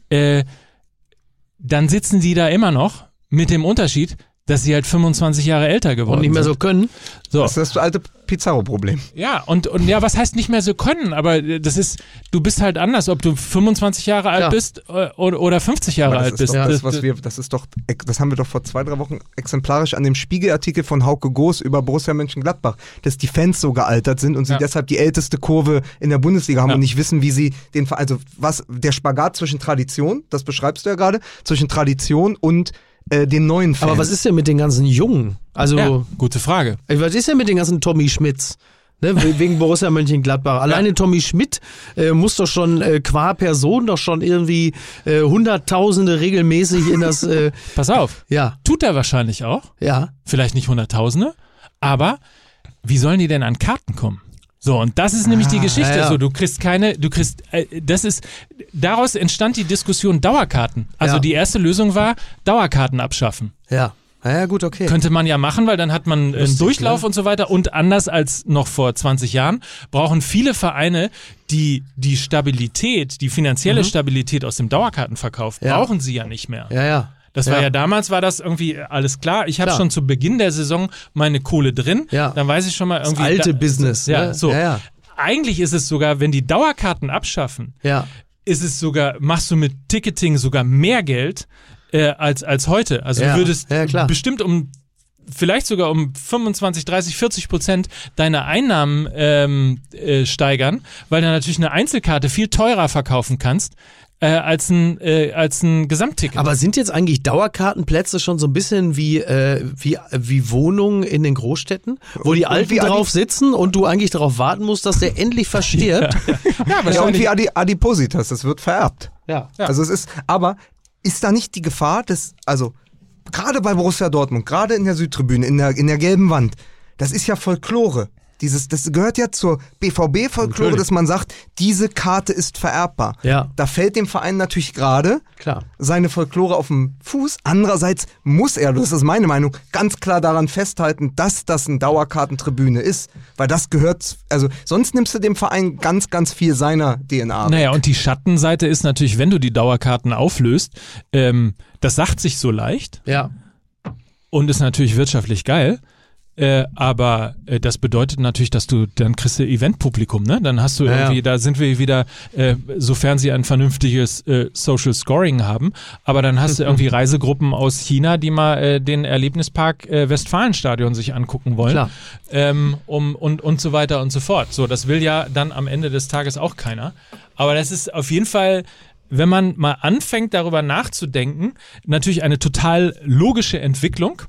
dann sitzen die da immer noch mit dem Unterschied, dass sie halt 25 Jahre älter geworden sind. Und nicht mehr so können. So. Das ist das alte Pizarro-Problem. Ja, und ja, was heißt nicht mehr so können? Aber das ist, du bist halt anders, ob du 25 Jahre alt bist oder 50 Jahre alt bist. Das haben wir doch vor 2-3 Wochen exemplarisch an dem Spiegelartikel von Hauke Goos über Borussia Mönchengladbach, dass die Fans so gealtert sind und sie deshalb die älteste Kurve in der Bundesliga haben und nicht wissen, wie sie der Spagat zwischen Tradition, das beschreibst du ja gerade, zwischen Tradition und den neuen Fans. Aber was ist denn mit den ganzen Jungen? Also, gute Frage. Was ist denn mit den ganzen Tommy Schmidts? Ne, wegen Borussia Mönchengladbach. Alleine Tommy Schmidt muss doch schon qua Person doch schon irgendwie Hunderttausende regelmäßig in das... Pass auf. Ja. Tut er wahrscheinlich auch. Ja. Vielleicht nicht Hunderttausende, aber wie sollen die denn an Karten kommen? So, und das ist nämlich die Geschichte. Ja. So, daraus entstand die Diskussion Dauerkarten. Also die erste Lösung war, Dauerkarten abschaffen. Ja. Ja, gut, okay. Könnte man ja machen, weil dann hat man einen Durchlauf und so weiter. Und anders als noch vor 20 Jahren brauchen viele Vereine die Stabilität, die finanzielle Stabilität aus dem Dauerkartenverkauf, brauchen sie ja nicht mehr. Ja. Das war ja damals, war das irgendwie alles klar. Ich habe schon zu Beginn der Saison meine Kohle drin. Ja. Dann weiß ich schon mal irgendwie. Das alte Business. Ja, ne? so. Ja. Eigentlich ist es sogar, wenn die Dauerkarten abschaffen, ist es sogar, machst du mit Ticketing sogar mehr Geld als heute. Also du würdest bestimmt vielleicht sogar um 25, 30, 40% deine Einnahmen steigern, weil du natürlich eine Einzelkarte viel teurer verkaufen kannst als ein Gesamtticket. Aber sind jetzt eigentlich Dauerkartenplätze schon so ein bisschen wie Wohnungen in den Großstädten, wo die Alten drauf sitzen und du eigentlich darauf warten musst, dass der endlich verstirbt? Und wie Adipositas, das wird vererbt. Ja. Also aber ist da nicht die Gefahr, dass, also gerade bei Borussia Dortmund, gerade in der Südtribüne, in der gelben Wand, das ist ja Folklore. Das gehört ja zur BVB-Folklore, dass man sagt, diese Karte ist vererbbar. Ja. Da fällt dem Verein natürlich gerade seine Folklore auf den Fuß. Andererseits muss er, das ist meine Meinung, ganz klar daran festhalten, dass das eine Dauerkartentribüne ist. Weil das gehört, also sonst nimmst du dem Verein ganz, ganz viel seiner DNA. Naja, und die Schattenseite ist natürlich, wenn du die Dauerkarten auflöst, das sagt sich so leicht. Ja. Und ist natürlich wirtschaftlich geil. Aber das bedeutet natürlich, dass dann kriegst du Eventpublikum, ne? Dann hast du irgendwie, da sind wir wieder, sofern sie ein vernünftiges Social Scoring haben, aber dann hast du irgendwie Reisegruppen aus China, die mal den Erlebnispark Westfalenstadion sich angucken wollen. Und so weiter und so fort. So, das will ja dann am Ende des Tages auch keiner. Aber das ist auf jeden Fall, wenn man mal anfängt, darüber nachzudenken, natürlich eine total logische Entwicklung.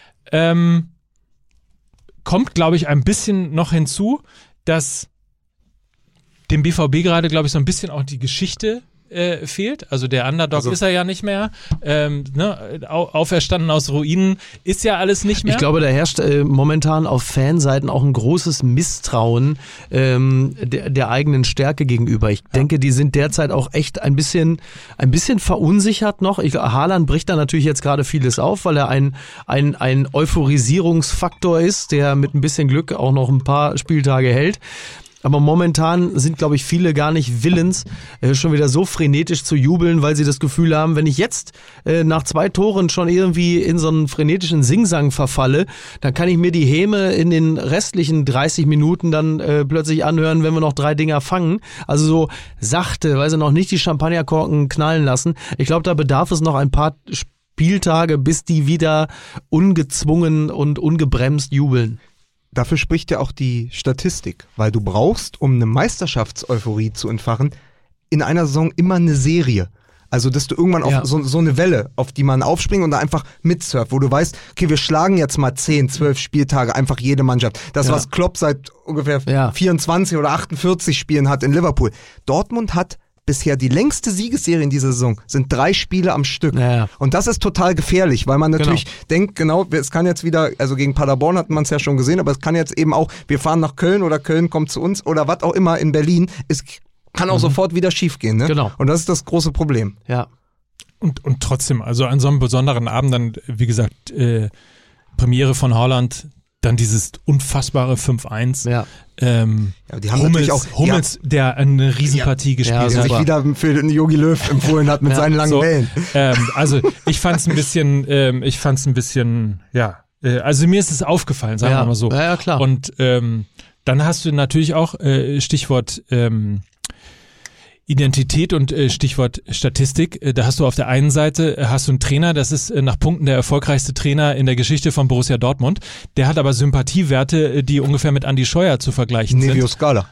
Kommt, glaube ich, ein bisschen noch hinzu, dass dem BVB gerade, glaube ich, so ein bisschen auch die Geschichte fehlt. Also der Underdog ist er ja nicht mehr. Auferstanden aus Ruinen ist ja alles nicht mehr. Ich glaube, da herrscht momentan auf Fanseiten auch ein großes Misstrauen der eigenen Stärke gegenüber. Ich denke, die sind derzeit auch echt ein bisschen verunsichert noch. Haaland bricht da natürlich jetzt gerade vieles auf, weil er ein Euphorisierungsfaktor ist, der mit ein bisschen Glück auch noch ein paar Spieltage hält. Aber momentan sind, glaube ich, viele gar nicht willens, schon wieder so frenetisch zu jubeln, weil sie das Gefühl haben, wenn ich jetzt nach 2 Toren schon irgendwie in so einen frenetischen Singsang verfalle, dann kann ich mir die Häme in den restlichen 30 Minuten dann plötzlich anhören, wenn wir noch 3 Dinger fangen. Also so sachte, weil sie noch nicht die Champagnerkorken knallen lassen. Ich glaube, da bedarf es noch ein paar Spieltage, bis die wieder ungezwungen und ungebremst jubeln. Dafür spricht ja auch die Statistik, weil du brauchst, um eine Meisterschaftseuphorie zu entfachen, in einer Saison immer eine Serie. Also, dass du irgendwann auf so eine Welle, auf die man aufspringt und da einfach mitsurft, wo du weißt, okay, wir schlagen jetzt mal 10, 12 Spieltage einfach jede Mannschaft. Das, was Klopp seit ungefähr 24 oder 48 Spielen hat in Liverpool. Dortmund hat bisher die längste Siegesserie in dieser Saison, sind 3 Spiele am Stück. Ja. Und das ist total gefährlich, weil man natürlich denkt, es kann jetzt wieder, also gegen Paderborn hat man es ja schon gesehen, aber es kann jetzt eben auch, wir fahren nach Köln oder Köln kommt zu uns oder was auch immer in Berlin, es kann auch sofort wieder schief gehen. Ne? Genau. Und das ist das große Problem. Ja. Und trotzdem, also an so einem besonderen Abend dann, wie gesagt, Premiere von Haaland, dann dieses unfassbare 5-1. Ja. Die haben Hummels, der eine Riesenpartie gespielt hat. Der sich wieder für den Jogi Löw empfohlen hat mit seinen langen Wellen. Also ich fand's ein bisschen, also mir ist es aufgefallen, sagen wir mal so. Ja, klar. Und dann hast du natürlich auch Stichwort Identität und Stichwort Statistik. Da hast du auf der einen Seite hast du einen Trainer, das ist nach Punkten der erfolgreichste Trainer in der Geschichte von Borussia Dortmund. Der hat aber Sympathiewerte, die ungefähr mit Andi Scheuer zu vergleichen sind. Nevio Scala.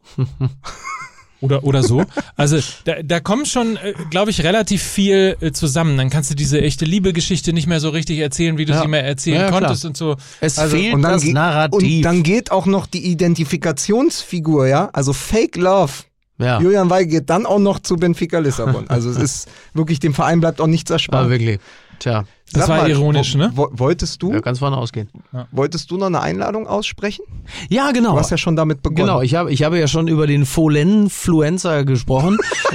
Oder so. Also da kommt schon, glaube ich, relativ viel zusammen. Dann kannst du diese echte Liebe-Geschichte nicht mehr so richtig erzählen, wie du sie mehr erzählen konntest und so. Es fehlt und das Narrativ. Und dann geht auch noch die Identifikationsfigur, also Fake Love. Ja. Julian Weigl geht dann auch noch zu Benfica Lissabon. Also es ist wirklich, dem Verein bleibt auch nichts erspart. Aber wirklich. Tja. Das war ironisch, ne? Wolltest du? Ja, ganz vorne ausgehen. Ja. Wolltest du noch eine Einladung aussprechen? Ja, genau. Du hast ja schon damit begonnen. Genau, ich habe ja schon über den Folenfluencer gesprochen.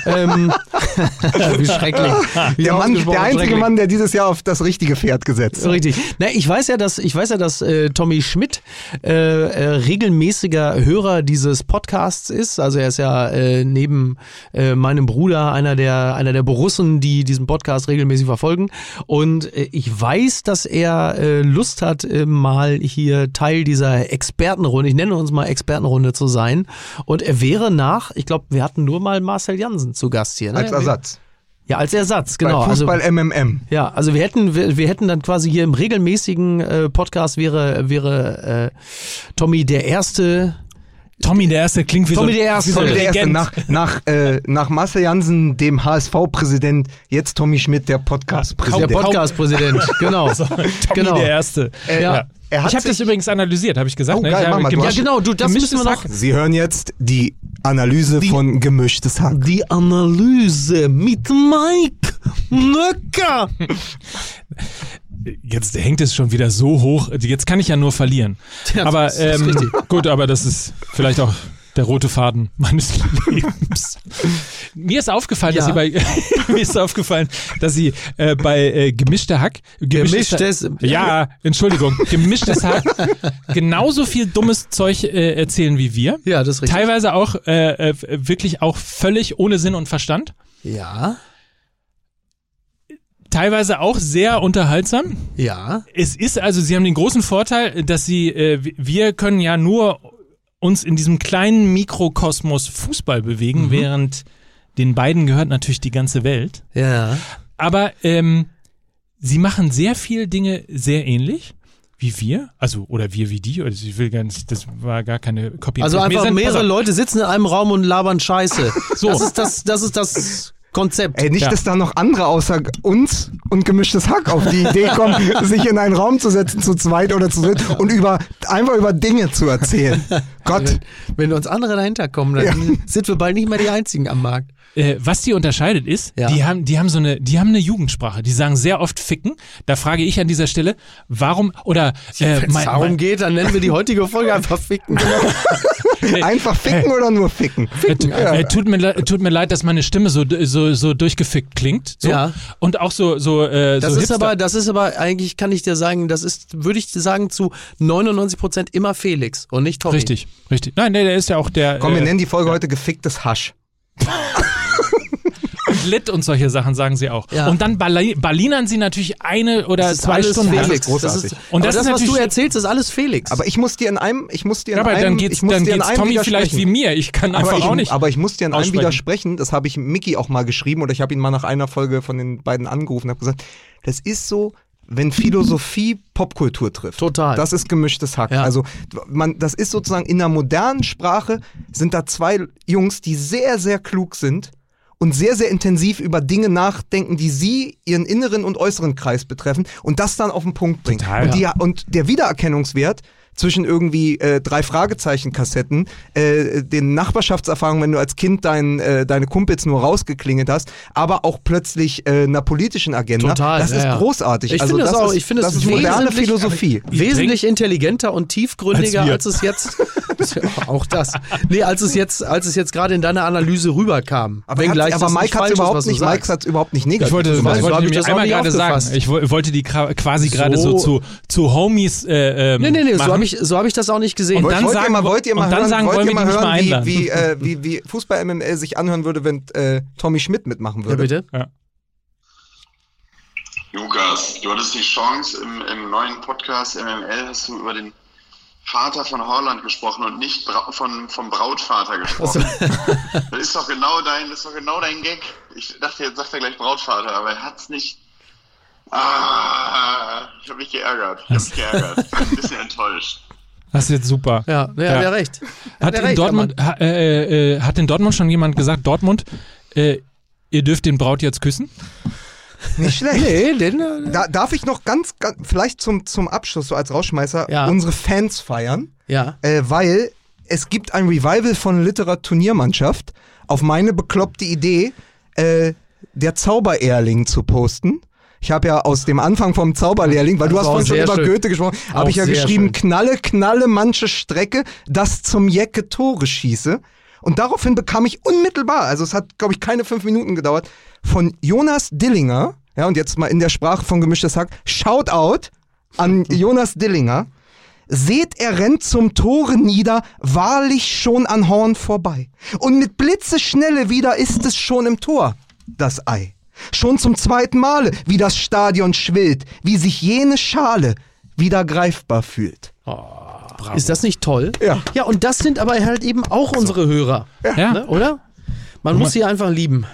Wie schrecklich. Der einzige Mann, der dieses Jahr auf das richtige Pferd gesetzt hat. Richtig. Na, ich weiß ja, dass Tommy Schmidt regelmäßiger Hörer dieses Podcasts ist. Also er ist ja neben meinem Bruder einer der Borussen, die diesen Podcast regelmäßig verfolgen. Und ich weiß, dass er Lust hat, mal hier Teil dieser Expertenrunde, ich nenne uns mal Expertenrunde zu sein. Und er wäre ich glaube, wir hatten nur mal Marcel Jansen zu Gast hier. Ne? Als Ersatz. Ja, als Ersatz, genau. Bei Fußball MMM. Ja, also wir hätten dann quasi hier im regelmäßigen Podcast wäre Tommy der Erste. Tommy der Erste klingt wie Tommy der Erste. Nach Marcel Jansen, dem HSV-Präsident, jetzt Tommy Schmidt, der Podcast-Präsident. Der Podcast-Präsident, genau. Tommy der Erste. Ich habe das übrigens analysiert, habe ich gesagt. Oh, geil, mach mal. Ja, genau, das müssen wir noch. Sie hören jetzt die Analyse von Gemischtes Hack. Die Analyse mit Mike Nöcker. Jetzt hängt es schon wieder so hoch. Jetzt kann ich ja nur verlieren. Ja, aber das ist richtig. Gut, aber das ist vielleicht auch der rote Faden meines Lebens. Mir ist aufgefallen, dass Sie bei Gemischtes Hack, Gemischtes Hack, genauso viel dummes Zeug erzählen wie wir. Ja, das ist richtig. Teilweise auch wirklich auch völlig ohne Sinn und Verstand. Ja. Teilweise auch sehr unterhaltsam. Ja. Es ist also, Sie haben den großen Vorteil, dass wir können ja nur uns in diesem kleinen Mikrokosmos Fußball bewegen, während den beiden gehört natürlich die ganze Welt. Ja. Aber Sie machen sehr viele Dinge sehr ähnlich wie wir, also oder wir wie die. Also ich will gar nicht, das war gar keine Copy. Also einfach mehrere Leute sitzen in einem Raum und labern Scheiße. So. Das ist das Konzept. Ey, nicht, dass da noch andere außer uns und Gemischtes Hack auf die Idee kommen, sich in einen Raum zu setzen, zu zweit oder zu dritt und einfach über Dinge zu erzählen. Gott. Wenn uns andere dahinter kommen, dann sind wir bald nicht mehr die Einzigen am Markt. Was die unterscheidet ist, die haben eine Jugendsprache. Die sagen sehr oft ficken. Da frage ich an dieser Stelle, warum oder wenn es darum geht, dann nennen wir die heutige Folge einfach ficken. Einfach ficken oder nur ficken? Tut mir leid, dass meine Stimme so durchgefickt klingt. So. Ja. Und auch so das ist Hipster. aber eigentlich kann ich dir sagen, würde ich sagen, zu 99% immer Felix und nicht Tommy. Richtig. Nein, der ist ja auch der. Komm, wir nennen die Folge heute geficktes Hasch. Lit und solche Sachen sagen sie auch. Ja. Und dann Berlinern sie natürlich 1 oder 2 Stunden. Felix. Felix. Großartig. Und das was du erzählst, ist alles Felix. Aber ich muss dir in einem dann geht's Tommy vielleicht wie mir. Ich kann einfach auch nicht. Aber ich muss dir in einem aussprechen. widersprechen. Das habe ich Micky auch mal geschrieben oder ich habe ihn mal nach einer Folge von den beiden angerufen und habe gesagt, das ist so, wenn Philosophie Popkultur trifft. Total. Das ist gemischtes Hack. Ja. Also das ist sozusagen in der modernen Sprache sind da 2 Jungs, die sehr, sehr klug sind und sehr, sehr intensiv über Dinge nachdenken, die sie, ihren inneren und äußeren Kreis betreffen und das dann auf den Punkt bringen. Total, Und der Wiedererkennungswert zwischen irgendwie 3 Fragezeichen-Kassetten, den Nachbarschaftserfahrungen, wenn du als Kind deine Kumpels nur rausgeklingelt hast, aber auch plötzlich einer politischen Agenda. Total, das ist großartig. Ich finde das ist moderne Philosophie. Wesentlich intelligenter und tiefgründiger als es jetzt auch das. Nee, als es jetzt gerade in deiner Analyse rüberkam. Aber Mike hat es überhaupt nicht negativ. Ich wollte einmal gerade sagen, ich wollte die quasi gerade so zu Homies Nee, so hab ich das auch nicht gesehen. Und dann wollt ihr mal hören, einladen. wie Fußball-MML sich anhören würde, wenn Tommy Schmidt mitmachen würde? Ja, bitte? Ja. Lukas, du hattest die Chance, im neuen Podcast MML hast du über den Vater von Haaland gesprochen und nicht vom Brautvater gesprochen. Das ist doch genau dein Gag. Ich dachte, jetzt sagt er gleich Brautvater, aber er hat's nicht. Ich habe mich geärgert. Ich bin ein bisschen enttäuscht. Das ist jetzt super. Ja, hat er recht. Hat in Dortmund schon jemand gesagt, Dortmund, ihr dürft den Braut jetzt küssen? Nicht schlecht. Nee, darf ich noch ganz vielleicht zum Abschluss, so als Rausschmeißer, unsere Fans feiern? Ja. Weil es gibt ein Revival von Literaturniermannschaft auf meine bekloppte Idee, der Zaubererling zu posten. Ich habe ja aus dem Anfang vom Zauberlehrling, weil du hast vorhin schon über Goethe gesprochen, habe ich ja geschrieben, schön. Knalle manche Strecke, das zum Jecke Tore schieße. Und daraufhin bekam ich unmittelbar, also es hat, glaube ich, keine 5 Minuten gedauert, von Jonas Dillinger, ja, und jetzt mal in der Sprache von Gemischtes Hack, Shoutout an Jonas Dillinger, seht, er rennt zum Tore nieder, wahrlich schon an Horn vorbei. Und mit Blitzeschnelle wieder ist es schon im Tor, das Ei. Schon zum 2. Male, wie das Stadion schwillt, wie sich jene Schale wieder greifbar fühlt. Bravo. Ist das nicht toll? Ja. Ja, und das sind aber halt eben auch unsere Hörer. Ja. Ne, oder? Man muss sie einfach lieben.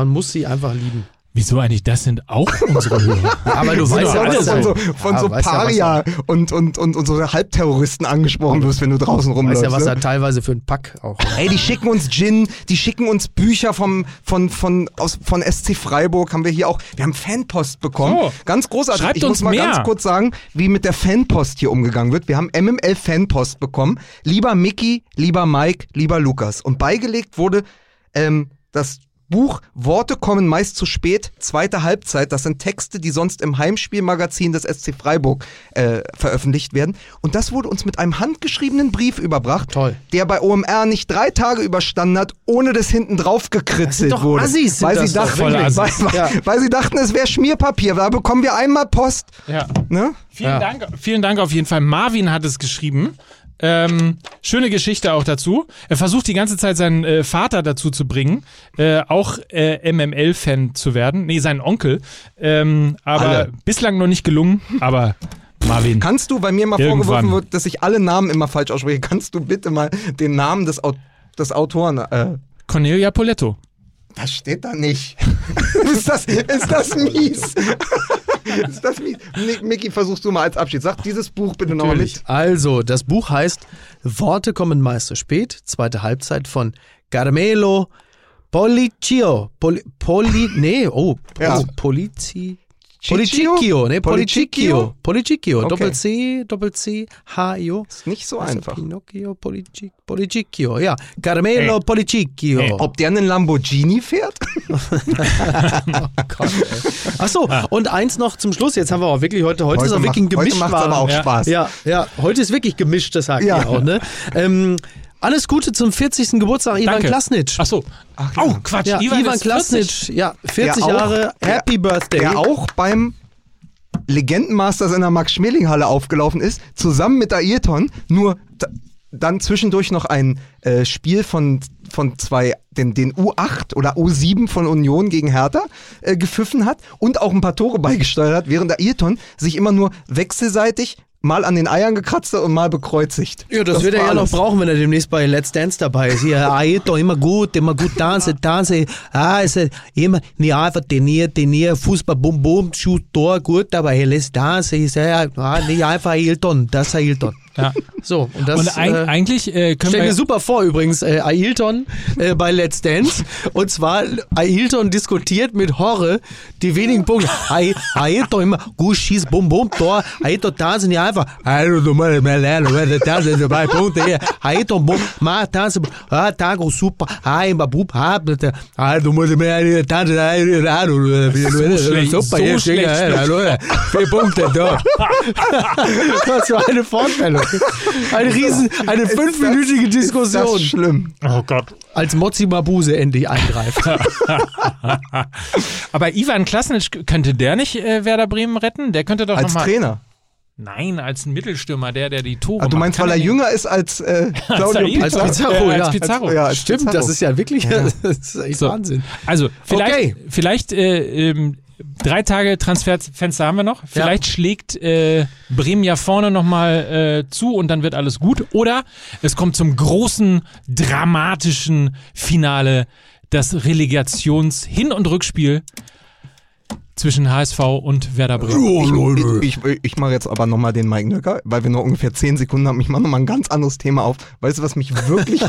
Wieso eigentlich? Das sind auch unsere Hörer. Aber du weißt ja, dass du von so Paria und so Halbterroristen angesprochen wirst, wenn du draußen rumläufst. Weißt ja, was da teilweise für ein Pack auch. Ey, die schicken uns Gin, die schicken uns Bücher von SC Freiburg, haben wir hier auch. Wir haben Fanpost bekommen. Oh, ganz großartig. Schreibt ich uns muss mal mehr. ganz kurz sagen, wie mit der Fanpost hier umgegangen wird. Wir haben MML Fanpost bekommen. Lieber Micky, lieber Mike, lieber Lukas. Und beigelegt wurde das Buch Worte kommen meist zu spät, 2. Halbzeit. Das sind Texte, die sonst im Heimspielmagazin des SC Freiburg veröffentlicht werden. Und das wurde uns mit einem handgeschriebenen Brief überbracht, Toll. Der bei OMR nicht 3 Tage überstanden hat, ohne dass hinten drauf gekritzelt wurde. Assis, weil sie dachten, es wäre Schmierpapier. Da bekommen wir einmal Post. Ja. Ne? Vielen Dank auf jeden Fall. Marvin hat es geschrieben. Schöne Geschichte auch dazu. Er versucht die ganze Zeit seinen Vater dazu zu bringen, auch MML-Fan zu werden. Nee, seinen Onkel. Aber bislang noch nicht gelungen. Aber Marvin. Kannst du, weil mir immer vorgeworfen wird, dass ich alle Namen immer falsch ausspreche, kannst du bitte mal den Namen des Autoren... Cornelia Poletto. Das steht da nicht. Ist das mies? Ist das mies? Micky, versuchst du mal als Abschied. Sag dieses Buch bitte nochmal mit. Also, das Buch heißt Worte kommen meist zu spät, 2. Halbzeit von Carmelo Polizio. Polizzi. Policicchio. Okay. Doppel-C, H-I-O. Ist nicht so Also einfach. Pinocchio, Policicchio, ja. Carmelo Policicchio. Ob der einen Lamborghini fährt? Achso, und eins noch zum Schluss. Jetzt haben wir auch wirklich heute ist auch wirklich ein Heute macht es aber auch Spaß. Ja, heute ist wirklich gemischt, das sagt ihr auch, ne? Alles Gute zum 40. Geburtstag, Ivan Danke. Klasnic. Achso. Oh, Quatsch. Ja, Ivan ist Klasnic, 40. ja, 40 Der auch- Jahre, Happy Birthday. Der auch beim Legendenmasters in der Max-Schmeling-Halle aufgelaufen ist, zusammen mit Ayrton, nur dann zwischendurch noch ein Spiel von zwei, den U8 oder U7 von Union gegen Hertha gepfiffen hat und auch ein paar Tore beigesteuert hat, während Ayrton sich immer nur wechselseitig mal an den Eiern gekratzt hat und mal bekreuzigt. Ja, das wird er war ja noch alles. brauchen, wenn er demnächst bei Let's Dance dabei ist. Hier, Ayrton, immer gut tanzen. Ist immer nicht einfach trainieren, Fußball, bum, bum, Shoot, Tor, gut, aber hier Let's Dance ist ja nicht einfach Ayrton, das ist Ayrton. Ja. So, und das Und eigentlich können stell wir... mir super vor übrigens, Ayrton bei Let's Dance. Und zwar, Ayrton diskutiert mit Horre die wenigen Punkte. Ayrton immer gut schießt, bum, bum, Tor. Ayrton tanzen ja einfach. Ayrton, tanzen, 2 Punkte hier. Ayrton, bum, mal tanzen. Tago, super. Immer, bub, du musst mehr tanzen. Super, hier, schlecht. 4 Punkte, da. Was für eine Vorstellung. Eine 5-minütige Das ist Diskussion. schlimm. Oh Gott. Als Mozi Mabuse endlich eingreift. Aber Ivan Klasnic, könnte der nicht Werder Bremen retten? Der könnte doch Als nochmal... Trainer. Nein, als ein Mittelstürmer, der die Tore Du macht. meinst, Kann weil er nicht- jünger ist als Claudio Ayrton? Als Pizarro? Pizarro, ja. Als Pizarro. Als Stimmt, Pizarro. das ist ja wirklich das ist echt So. Wahnsinn. Also, Okay. vielleicht 3 Tage Transferfenster haben wir noch. Vielleicht schlägt Bremen ja vorne nochmal zu und dann wird alles gut. Oder es kommt zum großen, dramatischen Finale, das Relegations-Hin- und Rückspiel zwischen HSV und Werder Bremen. Ich mache jetzt aber nochmal den Mike Nöcker, weil wir noch ungefähr 10 Sekunden haben. Ich mache nochmal ein ganz anderes Thema auf. Weißt du, was mich wirklich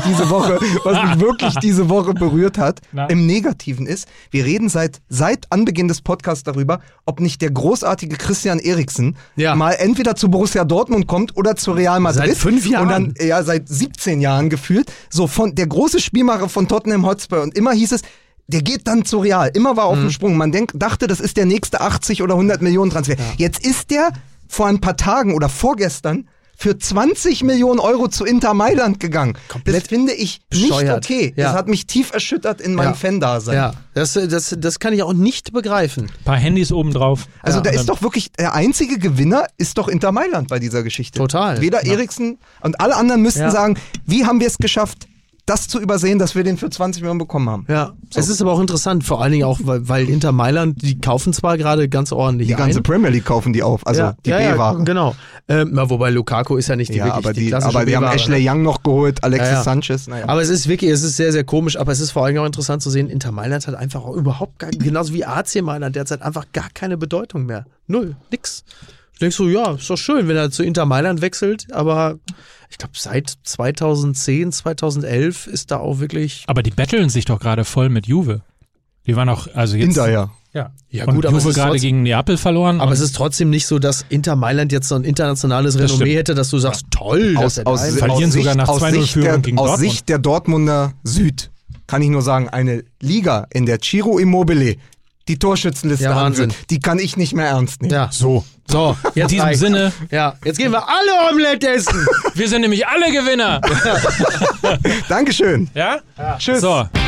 diese Woche berührt hat, Na? im Negativen ist, wir reden seit Anbeginn des Podcasts darüber, ob nicht der großartige Christian Eriksen mal entweder zu Borussia Dortmund kommt oder zu Real Madrid. Seit 5 Jahren. Und dann, seit 17 Jahren gefühlt. So von der große Spielmacher von Tottenham Hotspur. Und immer hieß es, der geht dann zu Real. Immer war auf dem Sprung. Man dachte, das ist der nächste 80 oder 100 Millionen Transfer. Ja. Jetzt ist der vor ein paar Tagen oder vorgestern für 20 Millionen Euro zu Inter Mailand gegangen. Das finde ich bescheuert. Nicht okay. Ja. Das hat mich tief erschüttert in meinem Fan-Dasein. Ja, das kann ich auch nicht begreifen. Ein paar Handys oben drauf. Also da ist doch wirklich, der einzige Gewinner ist doch Inter Mailand bei dieser Geschichte. Total. Weder Eriksen und alle anderen müssten sagen, wie haben wir es geschafft, das zu übersehen, dass wir den für 20 Millionen bekommen haben. Ja, es ist aber auch interessant, vor allen Dingen auch, weil Inter Mailand, die kaufen zwar gerade ganz ordentlich Die ganze Premier League kaufen die auf, also die B-Ware. Ja, genau. Wobei Lukaku ist ja nicht die wirklich die klassische aber die haben B-Ware, Ashley Young noch geholt, Alexis Ja. Sanchez. Naja. Aber es ist wirklich, es ist sehr, sehr komisch, aber es ist vor allem auch interessant zu sehen, Inter Mailand hat einfach auch überhaupt gar, genauso wie AC Mailand derzeit einfach gar keine Bedeutung mehr. Null, nix. Ich denke so, ja, ist doch schön, wenn er zu Inter Mailand wechselt, aber ich glaube, seit 2010, 2011 ist da auch wirklich... Aber die betteln sich doch gerade voll mit Juve. Die waren auch, also jetzt... Inter, ja. Ja und gut, aber es Juve ist gerade trotzdem, gegen Neapel verloren. aber es ist trotzdem nicht so, dass Inter Mailand jetzt so ein internationales Das Renommee stimmt. hätte, dass du sagst, toll, dass er da ist. Verlieren sogar nach 2-0-Führung gegen aus Dortmund. Sicht der Dortmunder Süd kann ich nur sagen, eine Liga, in der Ciro Immobile die Torschützenliste Ja, Wahnsinn. anführt, die kann ich nicht mehr ernst nehmen. Ja. So. So, In jetzt diesem reicht's. Sinne, Ja, jetzt gehen wir alle Omelette essen. wir sind nämlich alle Gewinner. Dankeschön. Ja? Tschüss. So.